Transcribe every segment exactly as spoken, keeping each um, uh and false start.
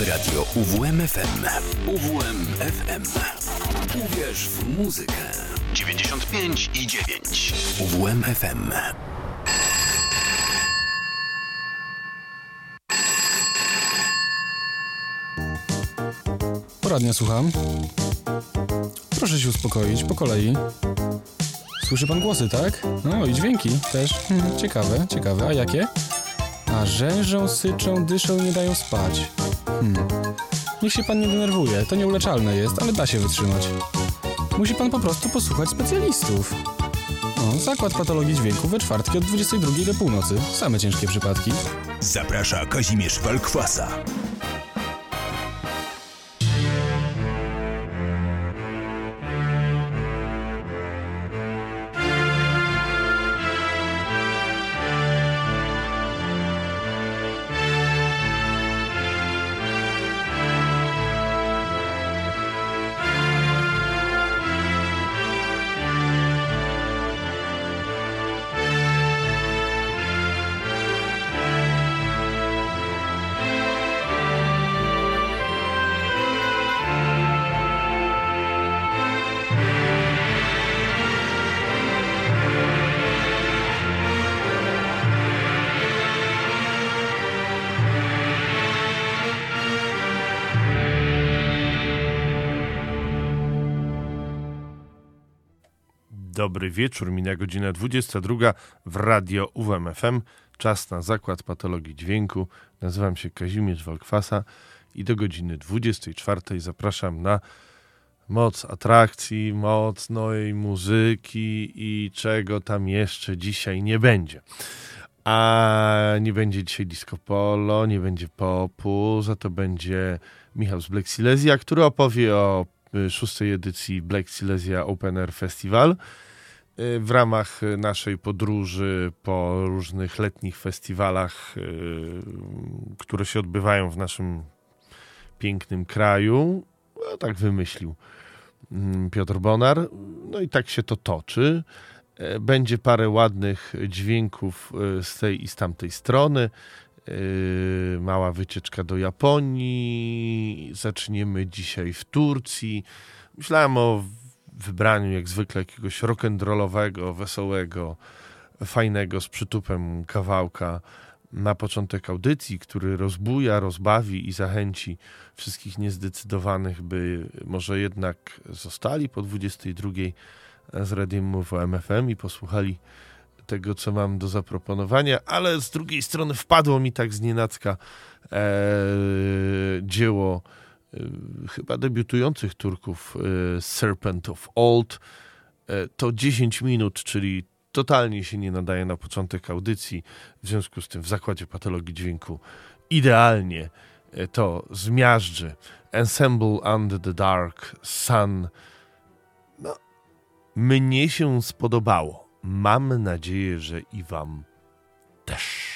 Radio U W M F M. U W M F M. Uwierz w muzykę. dziewięćdziesiąt pięć i dziewięć. U W M F M. Poradnia, słucham. Proszę się uspokoić, po kolei. Słyszy pan głosy, tak? No i dźwięki też. Hmm, ciekawe, ciekawe. A jakie? A rzężą, syczą, dyszą i nie dają spać. Hmm. Niech się pan nie denerwuje, to nieuleczalne jest, ale da się wytrzymać. Musi pan po prostu posłuchać specjalistów. O, Zakład Patologii Dźwięku we czwartki od dwudziestej drugiej do północy. Same ciężkie przypadki. Zaprasza Kazimierz Walkwasa. Dobry wieczór, mina godzina dwudziesta druga w Radio U W M F M. Czas na Zakład Patologii Dźwięku. Nazywam się Kazimierz Walkwasa i do godziny dwudziestej czwartej zapraszam na moc atrakcji, moc nowej muzyki i czego tam jeszcze dzisiaj nie będzie. A nie będzie dzisiaj disco polo, nie będzie popu, za to będzie Michał z Black Silesia, który opowie o szóstej edycji Black Silesia Open Air Festival w ramach naszej podróży po różnych letnich festiwalach, które się odbywają w naszym pięknym kraju. No, tak wymyślił Piotr Bonar. No i tak się to toczy. Będzie parę ładnych dźwięków z tej i z tamtej strony. Mała wycieczka do Japonii. Zaczniemy dzisiaj w Turcji. Myślałem o wybraniu jak zwykle jakiegoś rock'n'rollowego, wesołego, fajnego, z przytupem kawałka na początek audycji, który rozbuja, rozbawi i zachęci wszystkich niezdecydowanych, by może jednak zostali po dwudziestej drugiej z Radiem U W M F M i posłuchali tego, co mam do zaproponowania, ale z drugiej strony wpadło mi tak znienacka e, dzieło e, chyba debiutujących Turków e, Serpent of Old. E, to dziesięć minut, czyli totalnie się nie nadaje na początek audycji, w związku z tym w Zakładzie Patologii Dźwięku idealnie e, to zmiażdży. Ensemble Under the Dark Sun. No, mnie się spodobało. Mam nadzieję, że i wam też.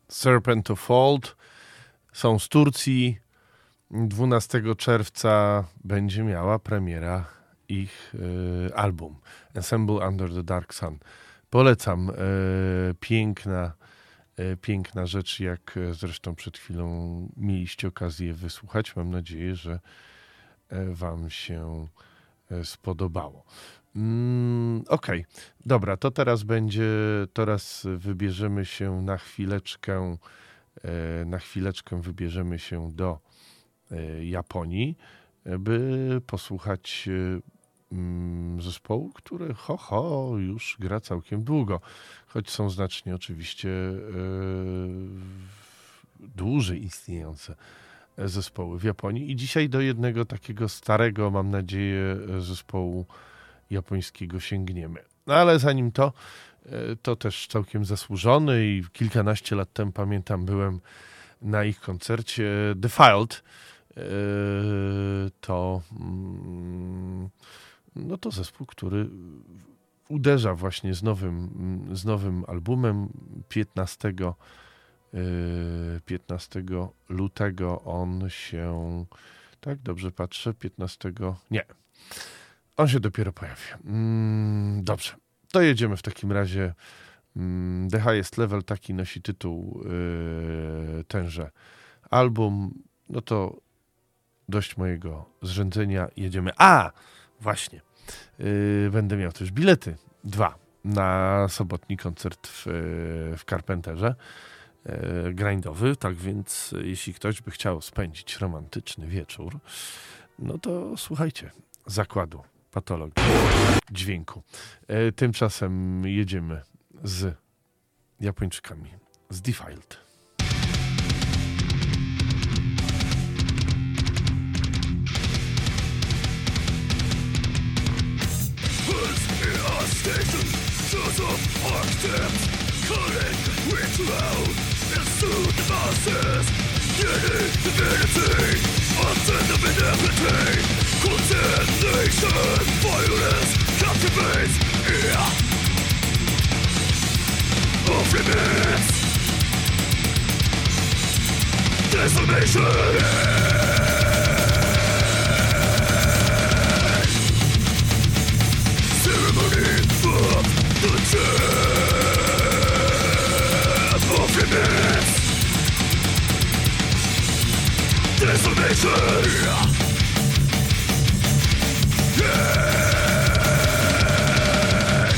Serpent of Old. Są z Turcji. dwunastego czerwca będzie miała premiera ich y, album Ensemble Under the Dark Sun. Polecam. Y, piękna, y, piękna rzecz, jak zresztą przed chwilą mieliście okazję wysłuchać. Mam nadzieję, że y, wam się y, spodobało. Mm, Okej, okay. Dobra, to teraz będzie, teraz wybierzemy się na chwileczkę, y, na chwileczkę wybierzemy się do y, Japonii, by posłuchać zespołu, który ho, ho, już gra całkiem długo, choć są znacznie oczywiście yy, dłużej istniejące zespoły w Japonii. I dzisiaj do jednego takiego starego, mam nadzieję, zespołu japońskiego sięgniemy. No ale zanim to, yy, to też całkiem zasłużony i kilkanaście lat temu, pamiętam, byłem na ich koncercie Defiled. Yy, to yy, no to zespół, który uderza właśnie z nowym, z nowym albumem. piętnastego lutego on się, tak dobrze patrzę, piętnastego nie, on się dopiero pojawi. Mm, dobrze, to jedziemy w takim razie. Mm, The Highest Level, taki nosi tytuł yy, tenże album. No to dość mojego zrzędzenia, jedziemy. A! Właśnie. Yy, będę miał też bilety. Dwa. Na sobotni koncert w, w Carpenterze. Yy, grindowy. Tak więc jeśli ktoś by chciał spędzić romantyczny wieczór, no to słuchajcie. Zakładu Patologii Dźwięku. Yy, tymczasem jedziemy z Japończykami. Z Defiled. Station, shows of architects, calling ritual, and soon the masses, getting divinity, until of inevitability, condemnation, violence, captivates, yeah, of limits, decimation, yeah. Ceremony of the death of limits, desolation, yeah.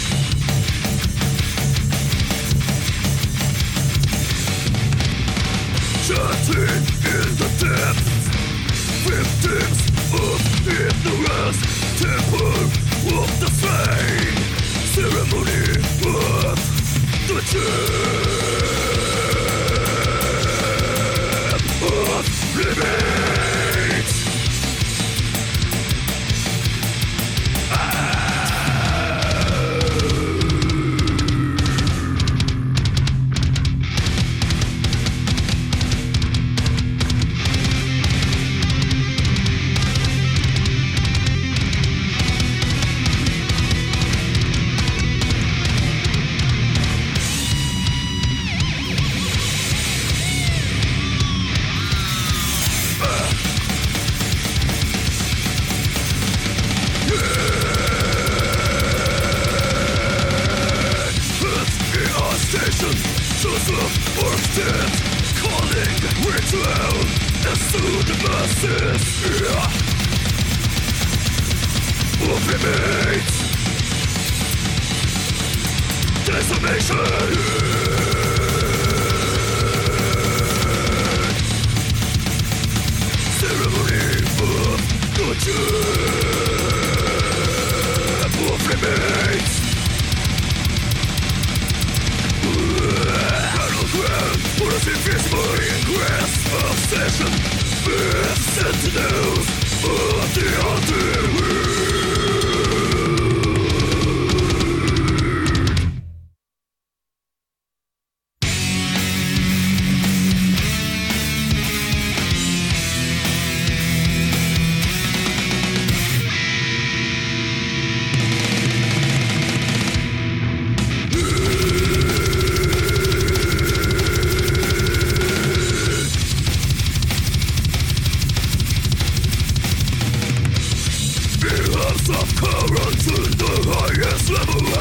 Chanting in the depths, victims of ignorance, temple of the slain, ceremony of the death of limits.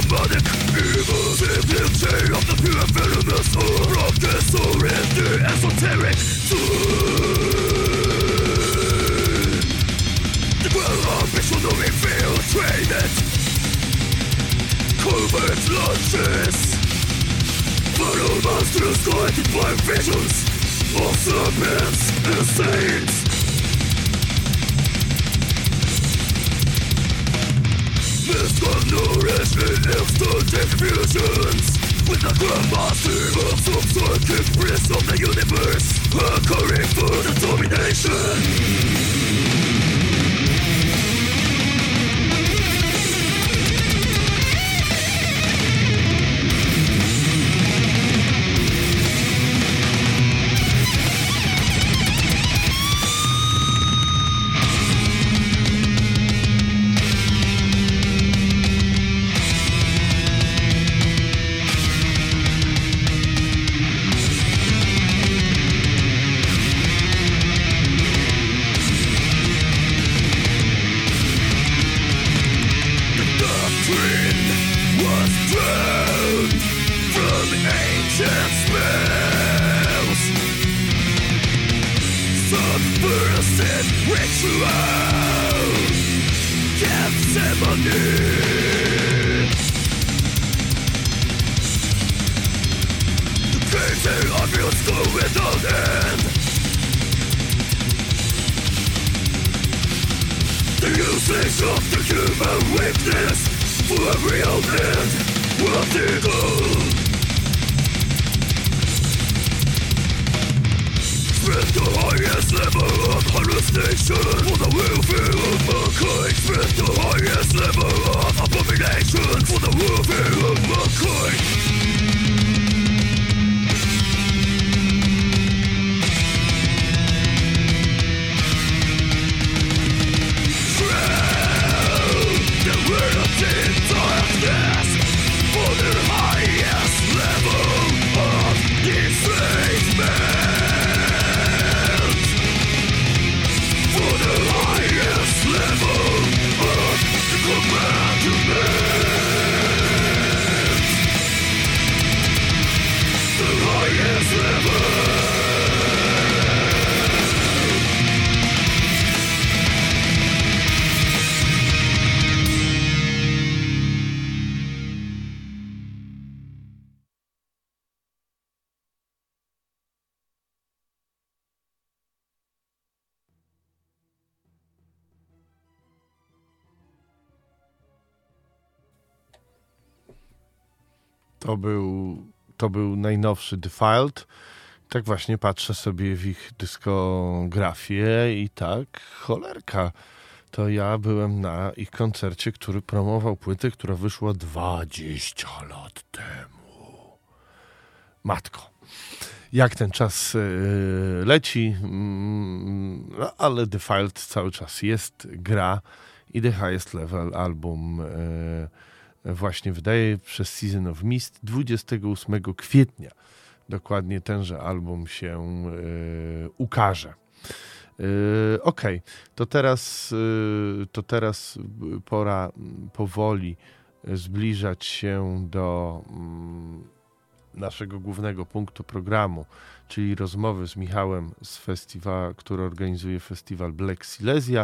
demonic evil. The beauty of the pure venomous or from the soul in the esoteric soul. The world of visionary infiltrated covert launches. Follow monsters guided by visions of serpents and saints. Misconnourished in instant infusions with the grandmaster of some psychic prince of the universe, occurring for the domination. To był, to był najnowszy Defiled. Tak właśnie patrzę sobie w ich dyskografię i tak, cholerka, to ja byłem na ich koncercie, który promował płytę, która wyszła dwadzieścia lat temu. Matko, jak ten czas yy, leci, yy, no, ale Defiled cały czas jest, gra i The Highest Level album yy, właśnie wydaje przez Season of Mist dwudziestego ósmego kwietnia. Dokładnie tenże album się y, ukaże. Y, Okej, okay. to teraz y, to teraz pora powoli zbliżać się do y, naszego głównego punktu programu, czyli rozmowy z Michałem z festiwalu, który organizuje festiwal Black Silesia. Y,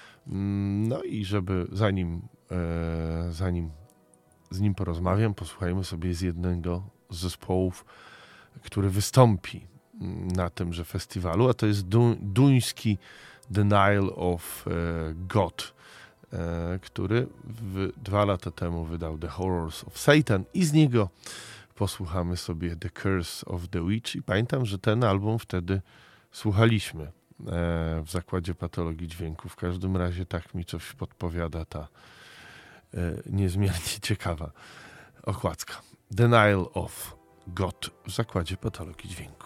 no i żeby zanim y, zanim z nim porozmawiam, posłuchajmy sobie z jednego z zespołów, który wystąpi na tymże festiwalu, a to jest du- duński Denial of e, God, e, który w, dwa lata temu wydał The Horrors of Satan i z niego posłuchamy sobie The Curse of the Witch i pamiętam, że ten album wtedy słuchaliśmy e, w Zakładzie Patologii Dźwięku. W każdym razie tak mi coś podpowiada ta niezmiernie ciekawa okładka. Denial of God w Zakładzie Patologii Dźwięku.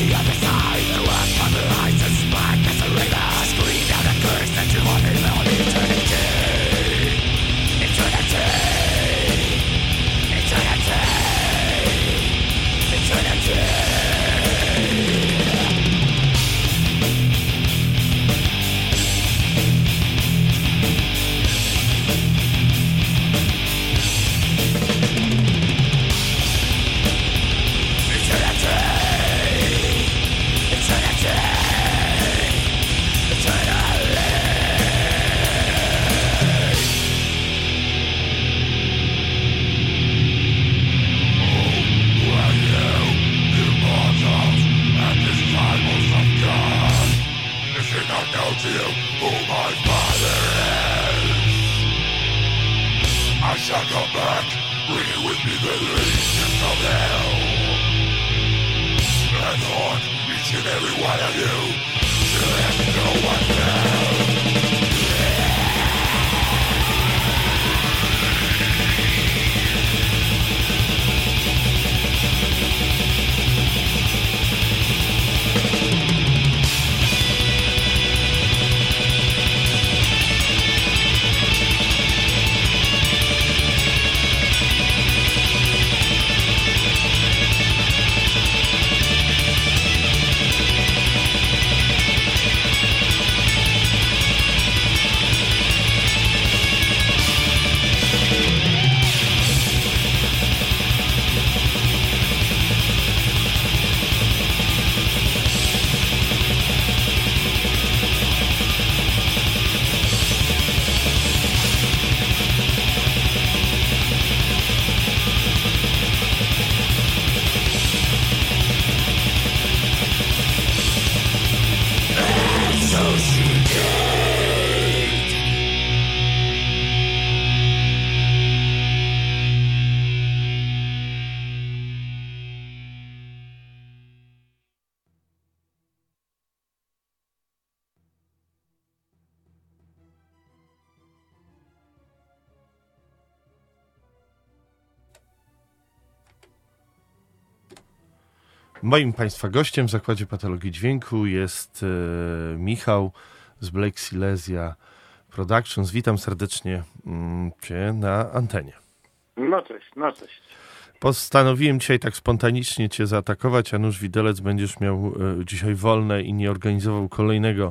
Moim Państwa gościem w Zakładzie Patologii Dźwięku jest e, Michał z Black Silesia Productions. Witam serdecznie mm, Cię na antenie. No cześć, no cześć. Postanowiłem dzisiaj tak spontanicznie Cię zaatakować, a nuż widelec będziesz miał e, dzisiaj wolne i nie organizował kolejnego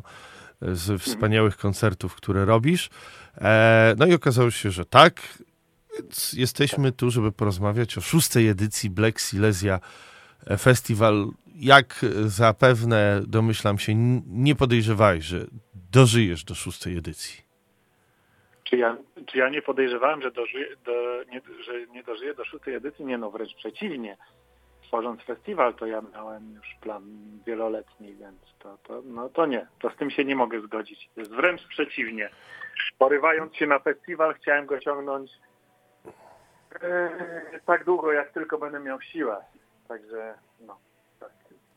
z wspaniałych koncertów, które robisz. E, no i okazało się, że tak. Więc jesteśmy tu, żeby porozmawiać o szóstej edycji Black Silesia Festival. Jak zapewne, domyślam się, nie podejrzewałeś, że dożyjesz do szóstej edycji. Czy ja, czy ja nie podejrzewałem, że, dożyję, do, nie, że nie dożyję do szóstej edycji? Nie, no wręcz przeciwnie. Tworząc festiwal, to ja miałem już plan wieloletni, więc to, to, no to nie, to z tym się nie mogę zgodzić. Jest wręcz przeciwnie. Porywając się na festiwal, chciałem go ciągnąć e, tak długo, jak tylko będę miał siłę. Także, no. Tak.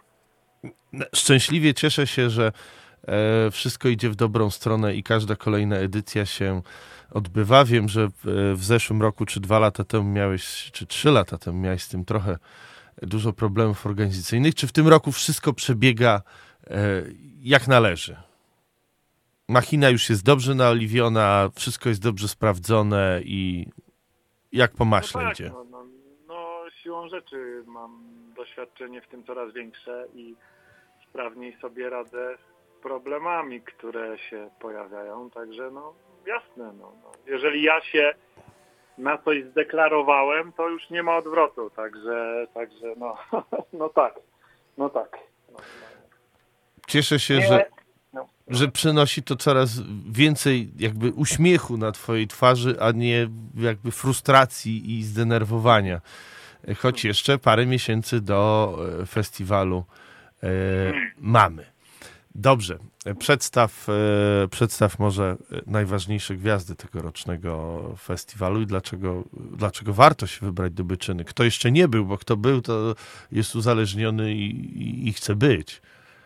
Szczęśliwie cieszę się, że e, wszystko idzie w dobrą stronę i każda kolejna edycja się odbywa. Wiem, że w, w zeszłym roku, czy dwa lata temu miałeś, czy trzy lata temu miałeś z tym trochę dużo problemów organizacyjnych. Czy w tym roku wszystko przebiega e, jak należy? Machina już jest dobrze naoliwiona, wszystko jest dobrze sprawdzone i jak po maśle no tak, idzie? No, no, no, siłą rzeczy mam doświadczenie w tym coraz większe i sprawniej sobie radzę z problemami, które się pojawiają. Także no jasne, no, no. Jeżeli ja się na coś zdeklarowałem, to już nie ma odwrotu. Także, także no, no tak, no tak. No, no. Cieszę się, że, że przynosi to coraz więcej jakby uśmiechu na twojej twarzy, a nie jakby frustracji i zdenerwowania. Choć jeszcze parę miesięcy do festiwalu e, mamy. Dobrze, przedstaw, e, przedstaw może najważniejsze gwiazdy tegorocznego festiwalu i dlaczego, dlaczego warto się wybrać do Byczyny. Kto jeszcze nie był, bo kto był, to jest uzależniony i, i, i chce być.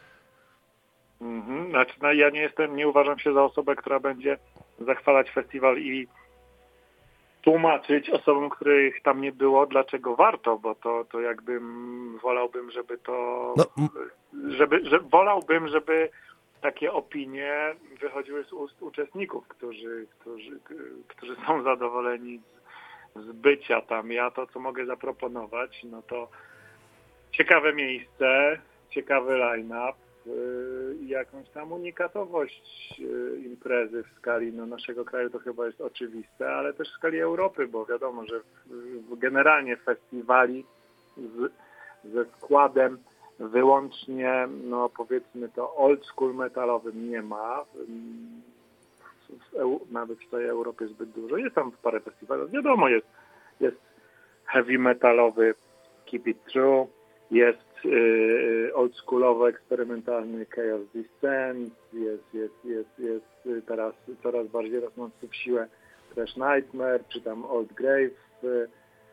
Mhm. Znaczy, no, ja nie jestem, nie uważam się za osobę, która będzie zachwalać festiwal i tłumaczyć osobom, których tam nie było, dlaczego warto, bo to, to jakbym wolałbym, żeby to... No, m- żeby, że wolałbym, żeby takie opinie wychodziły z ust uczestników, którzy, którzy, którzy są zadowoleni z, z bycia tam. Ja to, co mogę zaproponować, no to ciekawe miejsce, ciekawy line-up i jakąś tam unikatowość imprezy w skali no, naszego kraju, to chyba jest oczywiste, ale też w skali Europy, bo wiadomo, że w, generalnie festiwali z, ze składem wyłącznie, no powiedzmy to old school metalowym nie ma. W, w, nawet w całej Europie zbyt dużo. Jest tam parę festiwali. Wiadomo, jest, jest heavy metalowy Keep It True, jest y, oldschoolowo eksperymentalny Chaos Descent, jest, jest, jest, jest teraz coraz bardziej rosnący w siłę Thrash Nightmare, czy tam Old Grave w,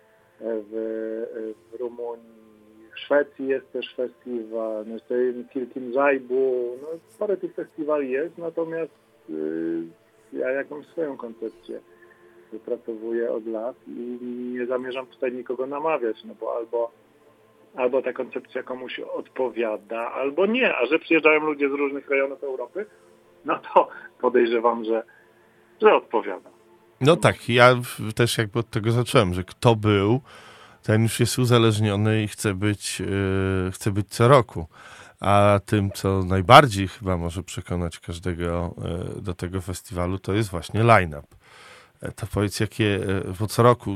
w, w Rumunii. W Szwecji jest też festiwal, no Kilkim Zajbu, no parę tych festiwali jest, natomiast y, ja jakąś swoją koncepcję wypracowuję od lat i nie zamierzam tutaj nikogo namawiać, no bo albo, albo ta koncepcja komuś odpowiada, albo nie, a że przyjeżdżają ludzie z różnych rejonów Europy, no to podejrzewam, że, że odpowiada. No tak, ja też jakby od tego zacząłem, że kto był, ten już jest uzależniony i chce być, yy, chce być co roku. A tym, co najbardziej chyba może przekonać każdego yy, do tego festiwalu, to jest właśnie line-up. E, to powiedz, jakie, yy, bo co roku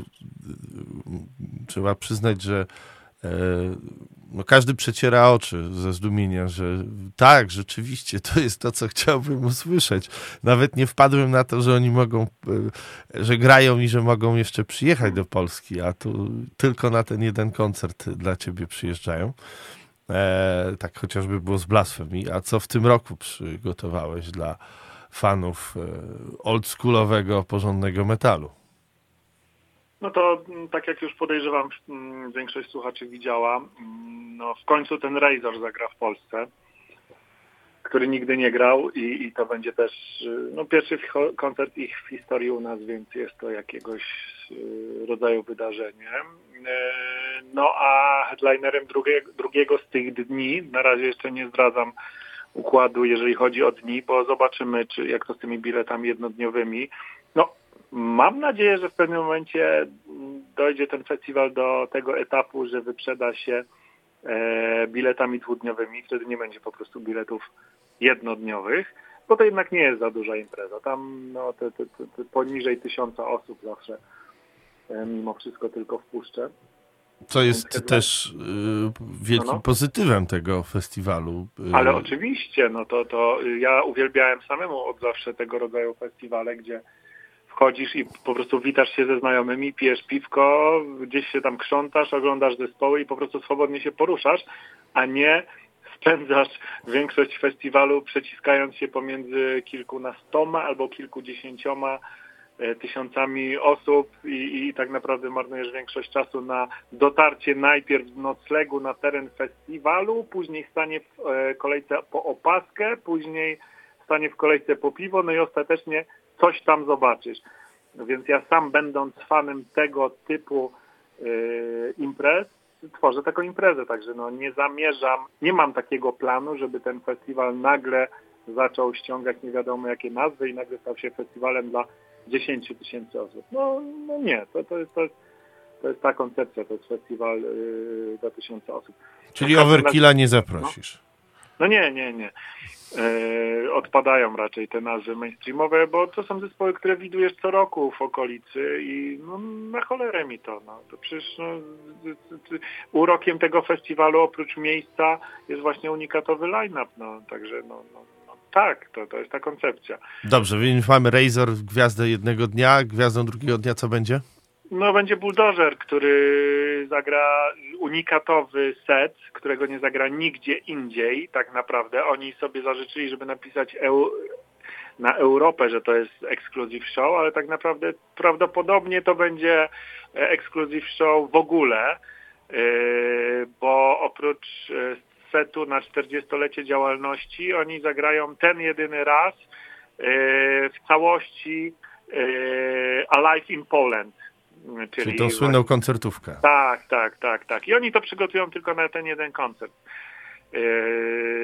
yy, trzeba przyznać, że yy, no każdy przeciera oczy ze zdumienia, że tak, rzeczywiście, to jest to, co chciałbym usłyszeć. Nawet nie wpadłem na to, że oni mogą, że grają i że mogą jeszcze przyjechać do Polski, a tu tylko na ten jeden koncert dla ciebie przyjeżdżają. E, tak chociażby było z Blasphemy. A co w tym roku przygotowałeś dla fanów oldschoolowego, porządnego metalu? No to tak jak już podejrzewam, większość słuchaczy widziała, no w końcu ten Razor zagra w Polsce, który nigdy nie grał i, i to będzie też no, pierwszy koncert ich w historii u nas, więc jest to jakiegoś rodzaju wydarzenie. No a headlinerem drugiego, drugiego z tych dni, na razie jeszcze nie zdradzam układu, jeżeli chodzi o dni, bo zobaczymy, czy jak to z tymi biletami jednodniowymi. No, mam nadzieję, że w pewnym momencie dojdzie ten festiwal do tego etapu, że wyprzeda się e, biletami dwudniowymi. Wtedy nie będzie po prostu biletów jednodniowych, bo to jednak nie jest za duża impreza. Tam no, te, te, te, te poniżej tysiąca osób zawsze e, mimo wszystko tylko wpuszczę. Co jest Więc też y, wielkim no, no. pozytywem tego festiwalu. Y... Ale oczywiście, no to, to ja uwielbiałem samemu od zawsze tego rodzaju festiwale, gdzie wchodzisz i po prostu witasz się ze znajomymi, pijesz piwko, gdzieś się tam krzątasz, oglądasz zespoły i po prostu swobodnie się poruszasz, a nie spędzasz większość festiwalu przeciskając się pomiędzy kilkunastoma albo kilkudziesięcioma tysiącami osób i, i tak naprawdę marnujesz większość czasu na dotarcie najpierw noclegu na teren festiwalu, później stanie w kolejce po opaskę, później stanie w kolejce po piwo, no i ostatecznie coś tam zobaczysz. Więc ja sam, będąc fanem tego typu yy, imprez, tworzę taką imprezę, także no nie zamierzam, nie mam takiego planu, żeby ten festiwal nagle zaczął ściągać nie wiadomo jakie nazwy i nagle stał się festiwalem dla dziesięciu tysięcy osób. No, no nie, to, to, jest, to, jest, to jest ta koncepcja, to jest festiwal yy, dla tysiąca osób. Czyli Overkilla nie zaprosisz? No, no nie, nie, nie. Yy, odpadają raczej te nazwy mainstreamowe, bo to są zespoły, które widujesz co roku w okolicy i no, na cholerę mi to. No. To przecież no, urokiem tego festiwalu oprócz miejsca jest właśnie unikatowy line-up, no, także no, no, no tak, to, to jest ta koncepcja. Dobrze, więc mamy Razor, gwiazdę jednego dnia, gwiazdą drugiego dnia co będzie? No będzie Bulldozer, który zagra unikatowy set, którego nie zagra nigdzie indziej tak naprawdę. Oni sobie zażyczyli, żeby napisać eu, na Europę, że to jest exclusive show, ale tak naprawdę prawdopodobnie to będzie exclusive show w ogóle, bo oprócz setu na czterdziestolecie działalności oni zagrają ten jedyny raz w całości Alive in Poland. Czyli, Czyli tą słynną koncertówkę. Tak, tak, tak, tak. I oni to przygotują tylko na ten jeden koncert. Yy,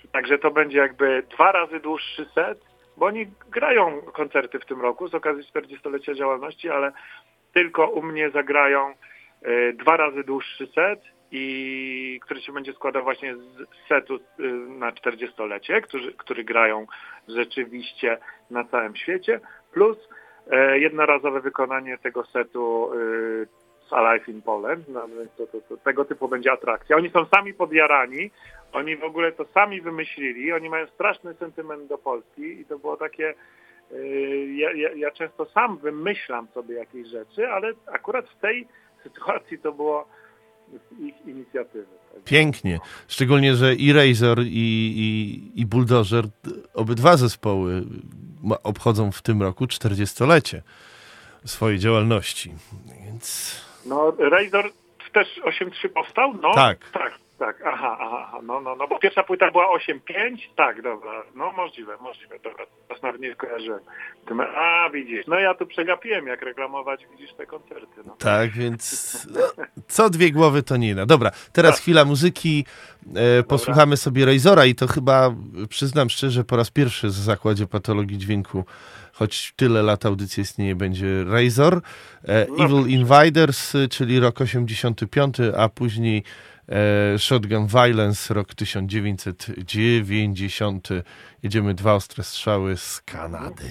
Także to będzie jakby dwa razy dłuższy set, bo oni grają koncerty w tym roku z okazji czterdziestolecia działalności, ale tylko u mnie zagrają y, dwa razy dłuższy set, i który się będzie składał właśnie z setu y, na czterdziestolecie, który, który grają rzeczywiście na całym świecie, plus y, jednorazowe wykonanie tego setu y, z Alive in Poland. No, to, to, to, tego typu będzie atrakcja. Oni są sami podjarani, oni w ogóle to sami wymyślili, oni mają straszny sentyment do Polski i to było takie, yy, ja, ja, ja często sam wymyślam sobie jakieś rzeczy, ale akurat w tej sytuacji to było z ich inicjatywy. Pięknie. Szczególnie, że i Razor, i, i, i Bulldozer, obydwa zespoły obchodzą w tym roku czterdziestolecie swojej działalności. Więc... No, Razor też osiem trzy powstał? No, tak. Tak, tak. Aha, aha, no, no, no, bo pierwsza płyta była osiem pięć? Tak, dobra. No, możliwe, możliwe, dobra. Teraz nawet nie skojarzyłem. A, widzisz, no ja tu przegapiłem, jak reklamować, widzisz, te koncerty. No. Tak, więc no, co dwie głowy to nie jedna. Dobra, teraz tak. Chwila muzyki. E, posłuchamy sobie Razora i to chyba, przyznam szczerze, po raz pierwszy w Zakładzie Patologii Dźwięku, choć tyle lat audycji istnieje, będzie Razor. E, no, Evil Invaders, czyli rok osiemdziesiąty piąty, a później e, Shotgun Violence, rok tysiąc dziewięćset dziewięćdziesiąty. Jedziemy dwa ostre strzały z Kanady.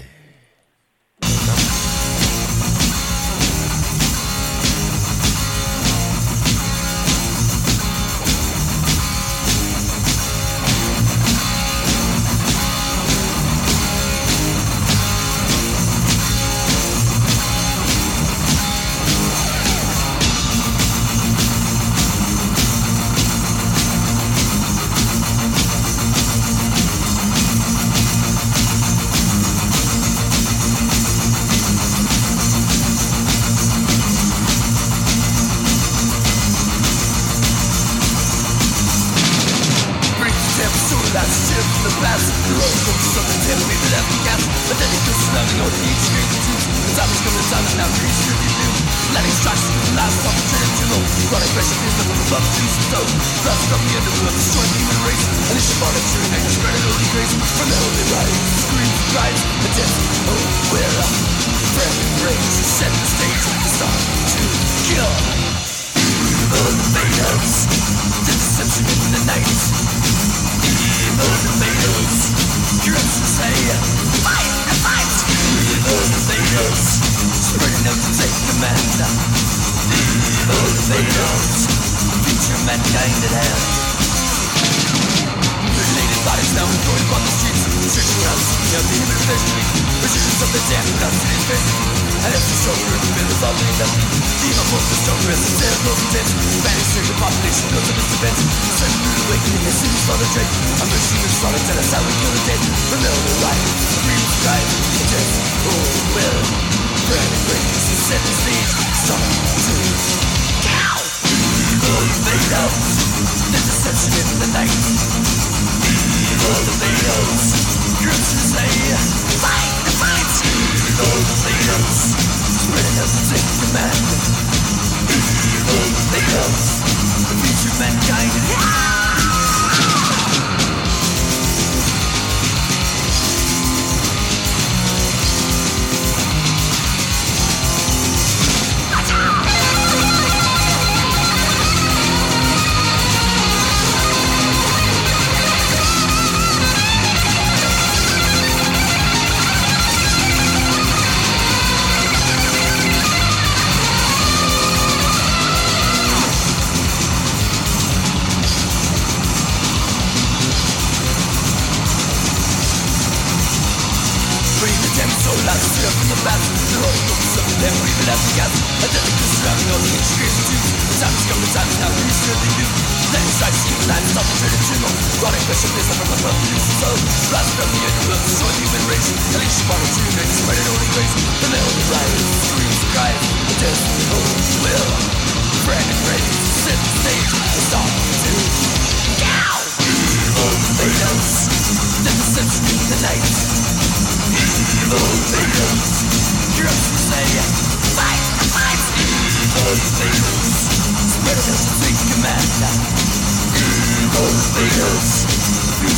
Spread it out to take command. Evil Vegas, future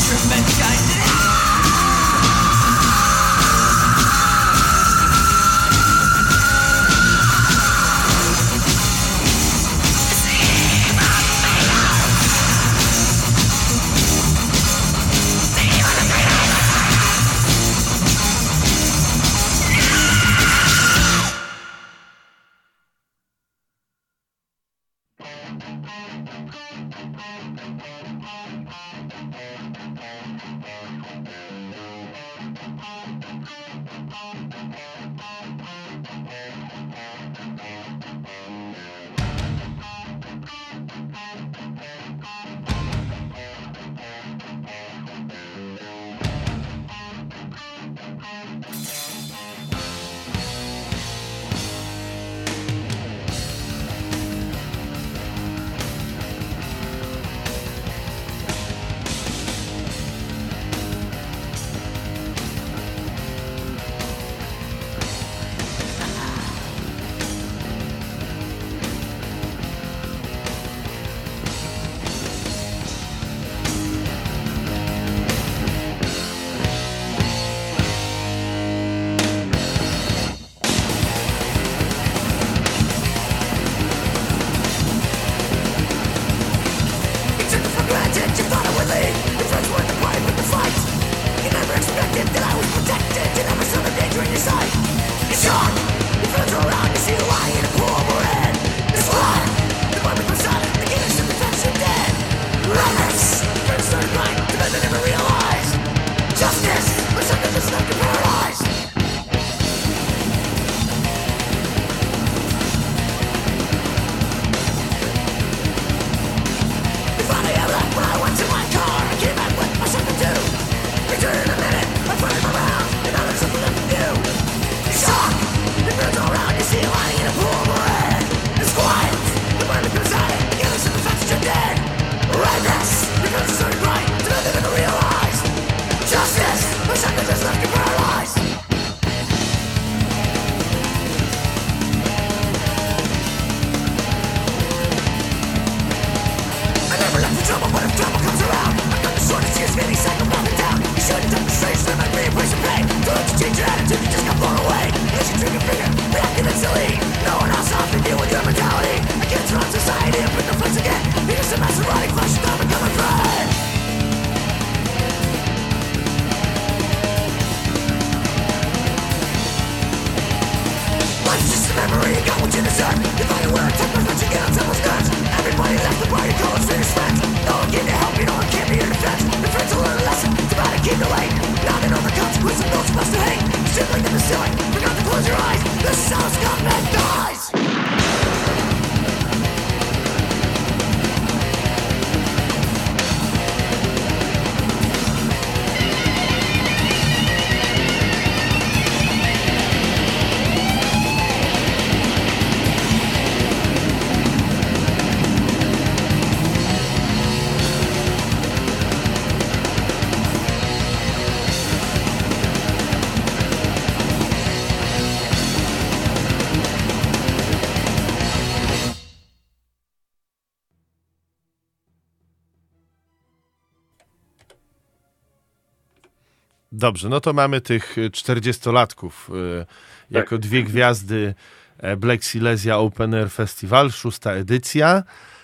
Dobrze, no to mamy tych czterdziestolatków y, jako tak. dwie gwiazdy Black Silesia Open Air Festival, szósta edycja.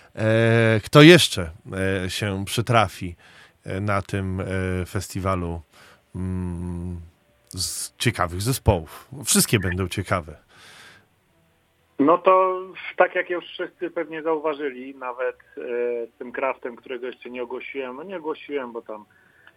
E, kto jeszcze e, się przytrafi na tym e, festiwalu mm, z ciekawych zespołów? Wszystkie będą ciekawe. No to tak jak już wszyscy pewnie zauważyli, nawet e, z tym Kraftem, którego jeszcze nie ogłosiłem, no nie ogłosiłem, bo tam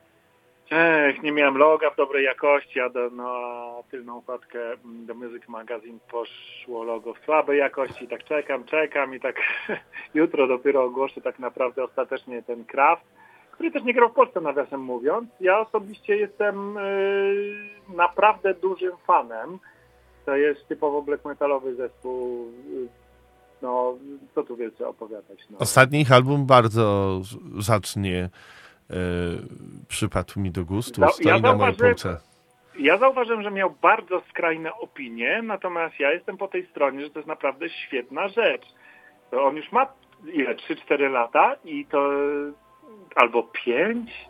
Ech, nie miałem loga w dobrej jakości, a do, na tylną okładkę do Music Magazine poszło logo w słabej jakości. Tak czekam, czekam i tak jutro dopiero ogłoszę tak naprawdę ostatecznie ten Kraft, który też nie grał w Polsce, nawiasem mówiąc. Ja osobiście jestem yy, naprawdę dużym fanem. To jest typowo black metalowy zespół. No, co tu więcej opowiadać. No. Ostatni ich album bardzo zacznie przypadł mi do gustu, stoi ja na mojej półce. Ja zauważyłem, że miał bardzo skrajne opinie, natomiast ja jestem po tej stronie, że to jest naprawdę świetna rzecz. To on już ma ile? trzy cztery lata i to albo pięć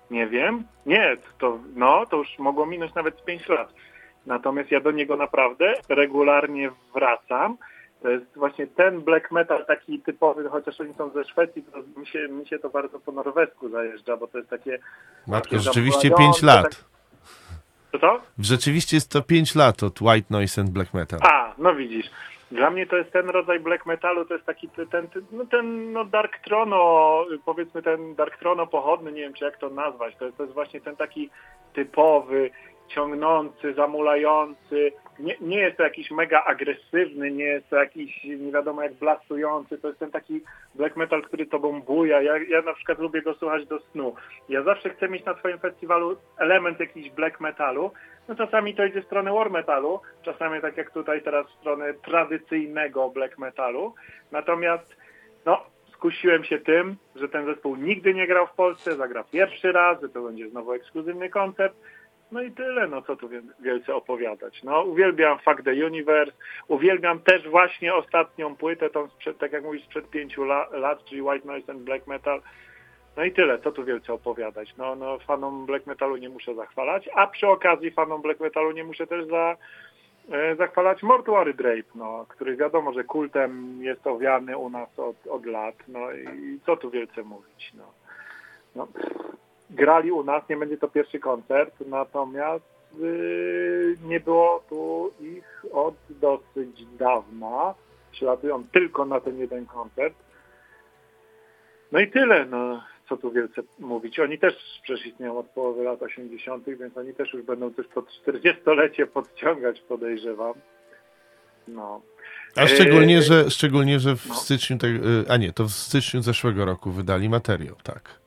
Nie wiem. Nie, to, no, to już mogło minąć nawet pięć lat. Natomiast ja do niego naprawdę regularnie wracam. To jest właśnie ten black metal taki typowy, chociaż oni są ze Szwecji, to mi się, mi się to bardzo po norwesku zajeżdża, bo to jest takie... Matko, rzeczywiście pięć lat. Tak... Co to? Rzeczywiście jest to pięć lat od White Noise and Black Metal. A, no widzisz. Dla mnie to jest ten rodzaj black metalu, to jest taki ten, ten, no ten no Dark Trono, powiedzmy ten Dark Trono pochodny, nie wiem czy jak to nazwać, to jest, to jest właśnie ten taki typowy, ciągnący, zamulający, nie, nie jest to jakiś mega agresywny, nie jest to jakiś nie wiadomo jak blastujący, to jest ten taki black metal, który tobą buja. Ja, ja na przykład lubię go słuchać do snu. Ja zawsze chcę mieć na swoim festiwalu element jakiś black metalu. No czasami to idzie w stronę war metalu, czasami tak jak tutaj teraz w stronę tradycyjnego black metalu. Natomiast no, skusiłem się tym, że ten zespół nigdy nie grał w Polsce, zagra pierwszy raz, że to będzie znowu ekskluzywny koncept. No i tyle, no co tu wielce opowiadać. No uwielbiam Fuck the Universe, uwielbiam też właśnie ostatnią płytę, tą sprzed, tak jak mówisz, sprzed pięciu la, lat, czyli White Noise and Black Metal. No i tyle, co tu wielce opowiadać. No, no fanom black metalu nie muszę zachwalać, a przy okazji fanom black metalu nie muszę też za, e, zachwalać Mortuary Drape, no, który wiadomo, że kultem jest owiany u nas od, od lat. No i co tu wielce mówić, no. no. Grali u nas, nie będzie to pierwszy koncert, natomiast yy, nie było tu ich od dosyć dawna. Przylatują tylko na ten jeden koncert. No i tyle, no co tu wielce mówić. Oni też przecież istnieją od połowy lat osiemdziesiątych, więc oni też już będą coś pod czterdziestolecie podciągać, podejrzewam. No. A szczególnie, że szczególnie, że w no. styczniu, te, a nie, to w styczniu zeszłego roku wydali materiał, tak.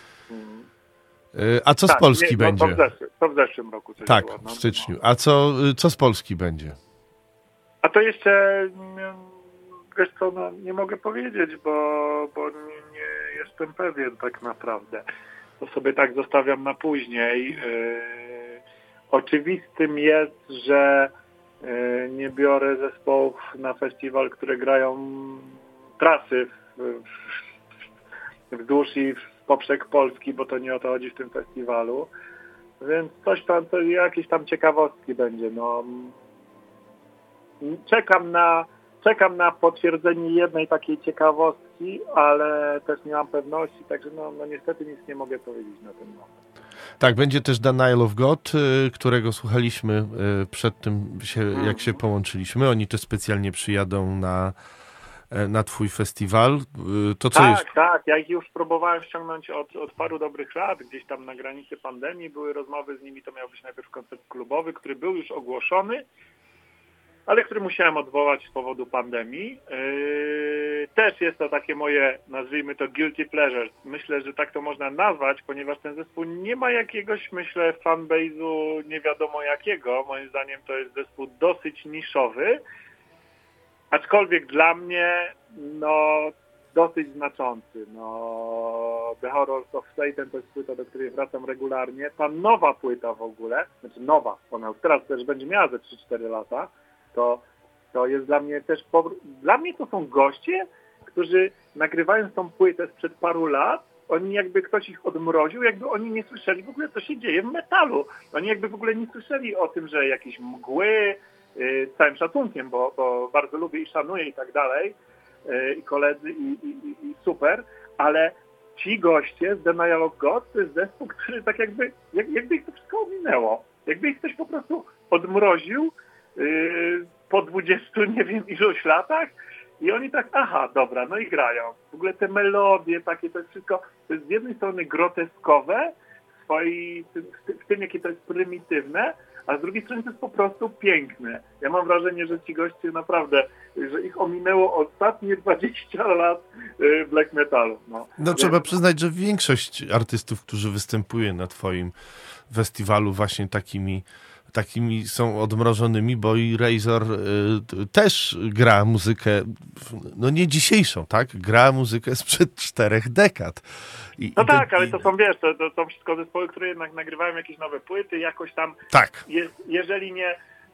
A co tak, z Polski nie, będzie? No, to, w zeszłym, to w zeszłym roku. Coś tak, było, no, w styczniu. no. A co, co z Polski będzie? A to jeszcze, wiesz co, no, nie mogę powiedzieć, bo, bo nie, nie jestem pewien tak naprawdę. To sobie tak zostawiam na później. Yy, oczywistym jest, że yy, nie biorę zespołów na festiwal, które grają trasy w, w, wzdłuż i w poprzek Polski, bo to nie o to chodzi w tym festiwalu. Więc coś tam, to jakieś tam ciekawostki będzie. No. Czekam na, czekam na potwierdzenie jednej takiej ciekawostki, ale też nie mam pewności, także no, no niestety nic nie mogę powiedzieć na ten moment. Tak, będzie też Denial of God, którego słuchaliśmy przed tym, jak się połączyliśmy. Oni też specjalnie przyjadą na na twój festiwal. To co tak, jest? tak. Ja ich już próbowałem ściągnąć od, od paru dobrych lat. Gdzieś tam na granicy pandemii były rozmowy z nimi. To miał być najpierw koncert klubowy, który był już ogłoszony, ale który musiałem odwołać z powodu pandemii. Yy, też jest to takie moje, nazwijmy to guilty pleasure. Myślę, że tak to można nazwać, ponieważ ten zespół nie ma jakiegoś, myślę, fanbase'u nie wiadomo jakiego. Moim zdaniem to jest zespół dosyć niszowy. Aczkolwiek dla mnie, no, dosyć znaczący. No, The Horrors of Satan to jest płyta, do której wracam regularnie. Ta nowa płyta w ogóle, znaczy nowa, ona już teraz też będzie miała ze trzy cztery lata, to, to jest dla mnie też, powrót. Dla mnie to są goście, którzy nagrywając tą płytę sprzed paru lat, oni jakby ktoś ich odmroził, jakby oni nie słyszeli w ogóle, co się dzieje w metalu. Oni jakby w ogóle nie słyszeli o tym, że jakieś mgły, z całym szacunkiem, bo, bo bardzo lubię i szanuję i tak dalej, i koledzy i, i, i super, ale ci goście z Denial of God to jest zespół, który tak jakby, jak, jakby ich to wszystko ominęło. Jakby ich ktoś po prostu odmroził yy, po dwudziestu nie wiem iluś latach i oni tak, aha, dobra, no i grają. W ogóle te melodie takie, to jest wszystko, to jest z jednej strony groteskowe w, swojej, w, w tym, jakie to jest prymitywne, a z drugiej strony to jest po prostu piękne. Ja mam wrażenie, że ci goście naprawdę, że ich ominęło ostatnie dwadzieścia lat black metalu. No, no trzeba przyznać, że większość artystów, którzy występuje na twoim festiwalu właśnie takimi, takimi są odmrożonymi, bo i Razor y, też gra muzykę, no nie dzisiejszą, tak? Gra muzykę sprzed czterech dekad. I, no i tak, do, ale to są, wiesz, to, to są wszystko zespoły, które jednak nagrywają jakieś nowe płyty, jakoś tam, tak. Je, jeżeli nie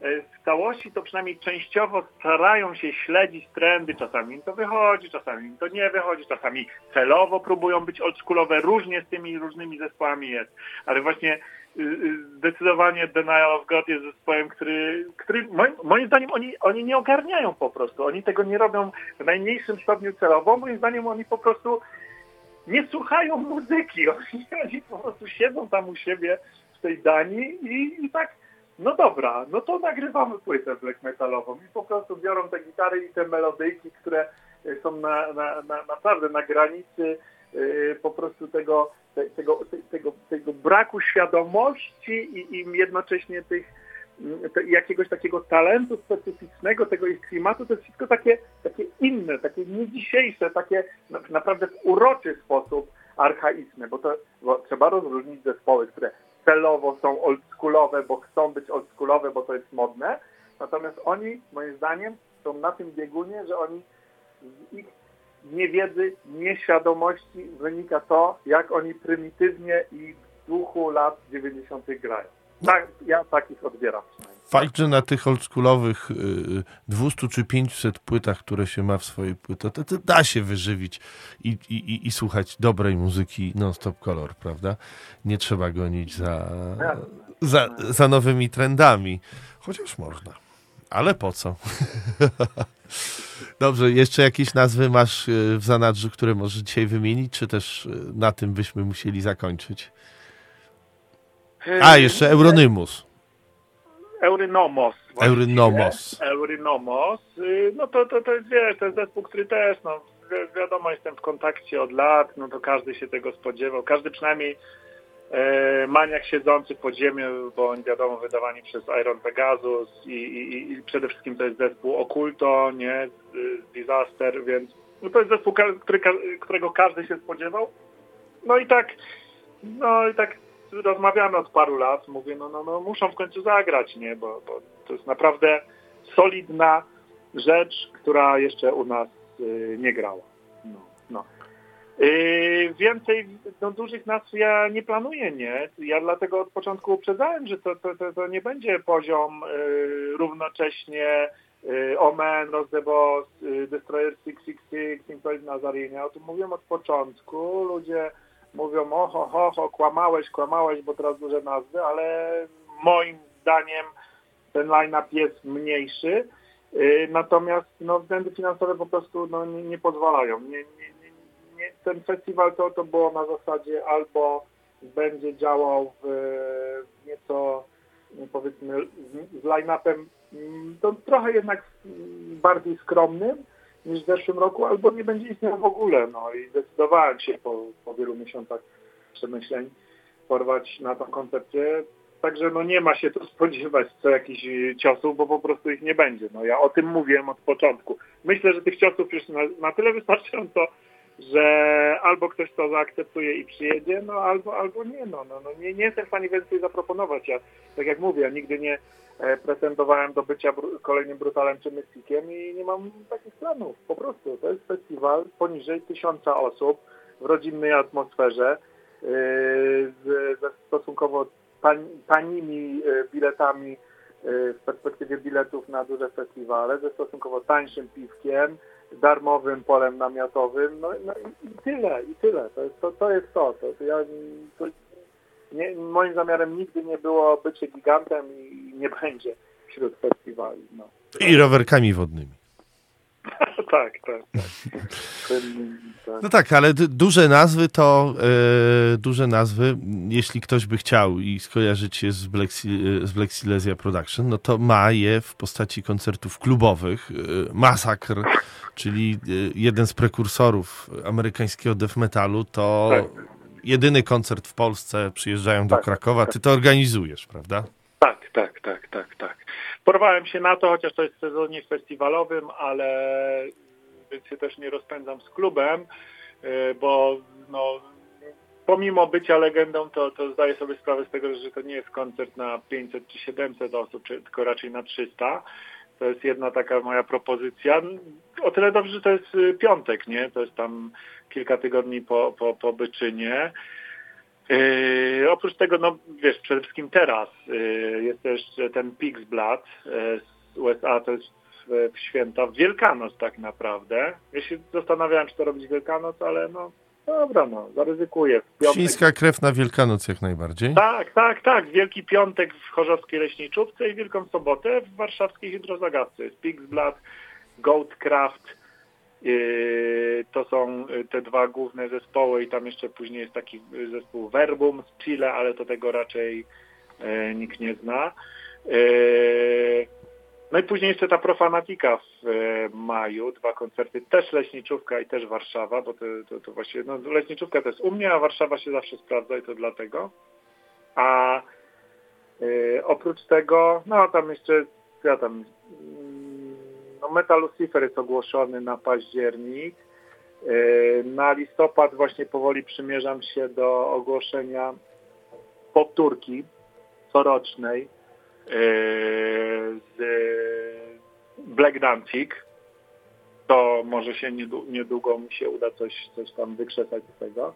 w całości to przynajmniej częściowo starają się śledzić trendy, czasami im to wychodzi, czasami im to nie wychodzi, czasami celowo próbują być oldschoolowe, różnie z tymi różnymi zespołami jest, ale właśnie zdecydowanie Denial of God jest zespołem, który, który moim, moim zdaniem oni, oni nie ogarniają po prostu, oni tego nie robią w najmniejszym stopniu celowo, moim zdaniem oni po prostu nie słuchają muzyki, oni, oni po prostu siedzą tam u siebie w tej Danii i, i tak, no dobra, no to nagrywamy płytę black metalową i po prostu biorą te gitary i te melodyjki, które są na, na, na, naprawdę na granicy yy, po prostu tego, te, tego, te, tego, tego braku świadomości i, i jednocześnie tych te, jakiegoś takiego talentu specyficznego, tego ich klimatu, to jest wszystko takie, takie inne, takie nie dzisiejsze, takie naprawdę w uroczy sposób archaiczne, bo to bo trzeba rozróżnić zespoły, które celowo są oldschoolowe, bo chcą być oldschoolowe, bo to jest modne, natomiast oni, moim zdaniem, są na tym biegunie, że oni z ich niewiedzy, nieświadomości wynika to, jak oni prymitywnie i w duchu lat dziewięćdziesiątych grają. Tak, ja takich odbieram przynajmniej. Fakt, że na tych oldschoolowych y, dwieście czy pięćset płytach, które się ma w swojej płycie, to, to da się wyżywić i, i, i, i słuchać dobrej muzyki non-stop color, prawda? Nie trzeba gonić za, za, za nowymi trendami. Chociaż można. Ale po co? Dobrze, jeszcze jakieś nazwy masz w zanadrzu, które możesz dzisiaj wymienić, czy też na tym byśmy musieli zakończyć? A, jeszcze Euronymous. Eurynomos. Eurynomos. Eurynomos. No to, to, to jest, wiesz, to jest zespół, który też, no wi- wiadomo, jestem w kontakcie od lat, no to każdy się tego spodziewał. Każdy przynajmniej e, maniak siedzący pod ziemią, bo oni, wiadomo, wydawani przez Iron Pegasus i, i, i przede wszystkim to jest zespół Occulto, nie? Disaster, więc no to jest zespół, który, którego każdy się spodziewał. No i tak, no i tak rozmawiamy od paru lat, mówię, no, no, no muszą w końcu zagrać, nie, bo, bo to jest naprawdę solidna rzecz, która jeszcze u nas y, nie grała. No, no. Y, więcej no, dużych nazw ja nie planuję, nie. Ja dlatego od początku uprzedzałem, że to, to, to, to nie będzie poziom y, równocześnie y, Omen, Rock the Boss, y, Destroyer sześćset sześćdziesiąt sześć, Imploit Nazarene. Ja o tym mówiłem od początku, ludzie mówią, oho, ho, ho, kłamałeś, kłamałeś, bo teraz duże nazwy, ale moim zdaniem ten line-up jest mniejszy, yy, natomiast no, względy finansowe po prostu no, nie, nie pozwalają. Nie, nie, nie, nie, ten festiwal to, to było na zasadzie albo będzie działał w, w nieco, powiedzmy, z, z line-upem to trochę jednak bardziej skromnym niż w zeszłym roku, albo nie będzie istniał w ogóle. No i zdecydowałem się po, po wielu miesiącach przemyśleń porwać na tą koncepcję. Także no nie ma się tu spodziewać co jakichś ciosów, bo po prostu ich nie będzie. No ja o tym mówiłem od początku. Myślę, że tych ciosów już na, na tyle wystarczająco, że albo ktoś to zaakceptuje i przyjedzie, no albo, albo nie. No, no, no nie, nie jestem w stanie więcej zaproponować. Ja, tak jak mówię, ja nigdy nie e, pretendowałem do bycia br- kolejnym Brutalem czy Mystikiem i nie mam takich planów. Po prostu to jest festiwal poniżej tysiąca osób w rodzinnej atmosferze yy, z, ze stosunkowo tan- tanimi yy, biletami yy, w perspektywie biletów na duże festiwale, ze stosunkowo tańszym piwkiem, darmowym polem namiotowym, no, no i, i tyle, i tyle. To jest to, to, jest to. to, to, ja, to nie, moim zamiarem nigdy nie było bycie gigantem i nie będzie wśród festiwali. No. I rowerkami wodnymi. tak, tak, tak. No tak, ale d- duże nazwy to e, duże nazwy, jeśli ktoś by chciał i skojarzyć się z Black, z Black Silesia Production, no to ma je w postaci koncertów klubowych. E, Massacre, czyli e, jeden z prekursorów amerykańskiego death metalu, to tak. Jedyny koncert w Polsce, przyjeżdżają do tak, Krakowa, ty to organizujesz, prawda? Tak, tak, tak, tak, tak. Porwałem się na to, chociaż to jest w sezonie festiwalowym, ale więc się też nie rozpędzam z klubem, bo no, pomimo bycia legendą, to, to zdaję sobie sprawę z tego, że to nie jest koncert na pięćset czy siedemset osób, czy, tylko raczej na trzysta. To jest jedna taka moja propozycja. O tyle dobrze, że to jest piątek, nie? To jest tam kilka tygodni po, po, po Byczynie. Yy, oprócz tego, no wiesz, przede wszystkim teraz yy, jest też ten Pig's Blood yy, z U S A, to jest w, w święta, w Wielkanoc tak naprawdę. Ja się zastanawiałem, czy to robić w Wielkanoc, ale no dobra, no, zaryzykuję. Świńska krew na Wielkanoc jak najbardziej. Tak, tak, tak. Wielki Piątek w Chorzowskiej Leśniczówce i Wielką Sobotę w warszawskiej Hydrozagadce. Jest Pig's Blood, Goatcraft. Yy, to są te dwa główne zespoły i tam jeszcze później jest taki zespół Verbum z Chile, ale to tego raczej yy, nikt nie zna. Yy, no i później jeszcze ta Profanatika w yy, maju, dwa koncerty, też Leśniczówka i też Warszawa, bo to, to, to właśnie, no Leśniczówka to jest u mnie, a Warszawa się zawsze sprawdza i to dlatego. A yy, oprócz tego, no tam jeszcze, ja tam... No, Metal Lucifer jest ogłoszony na październik. Na listopad właśnie powoli przymierzam się do ogłoszenia powtórki corocznej z Black Danzig. To może się niedługo mi się uda coś, coś tam wykrzesać z tego.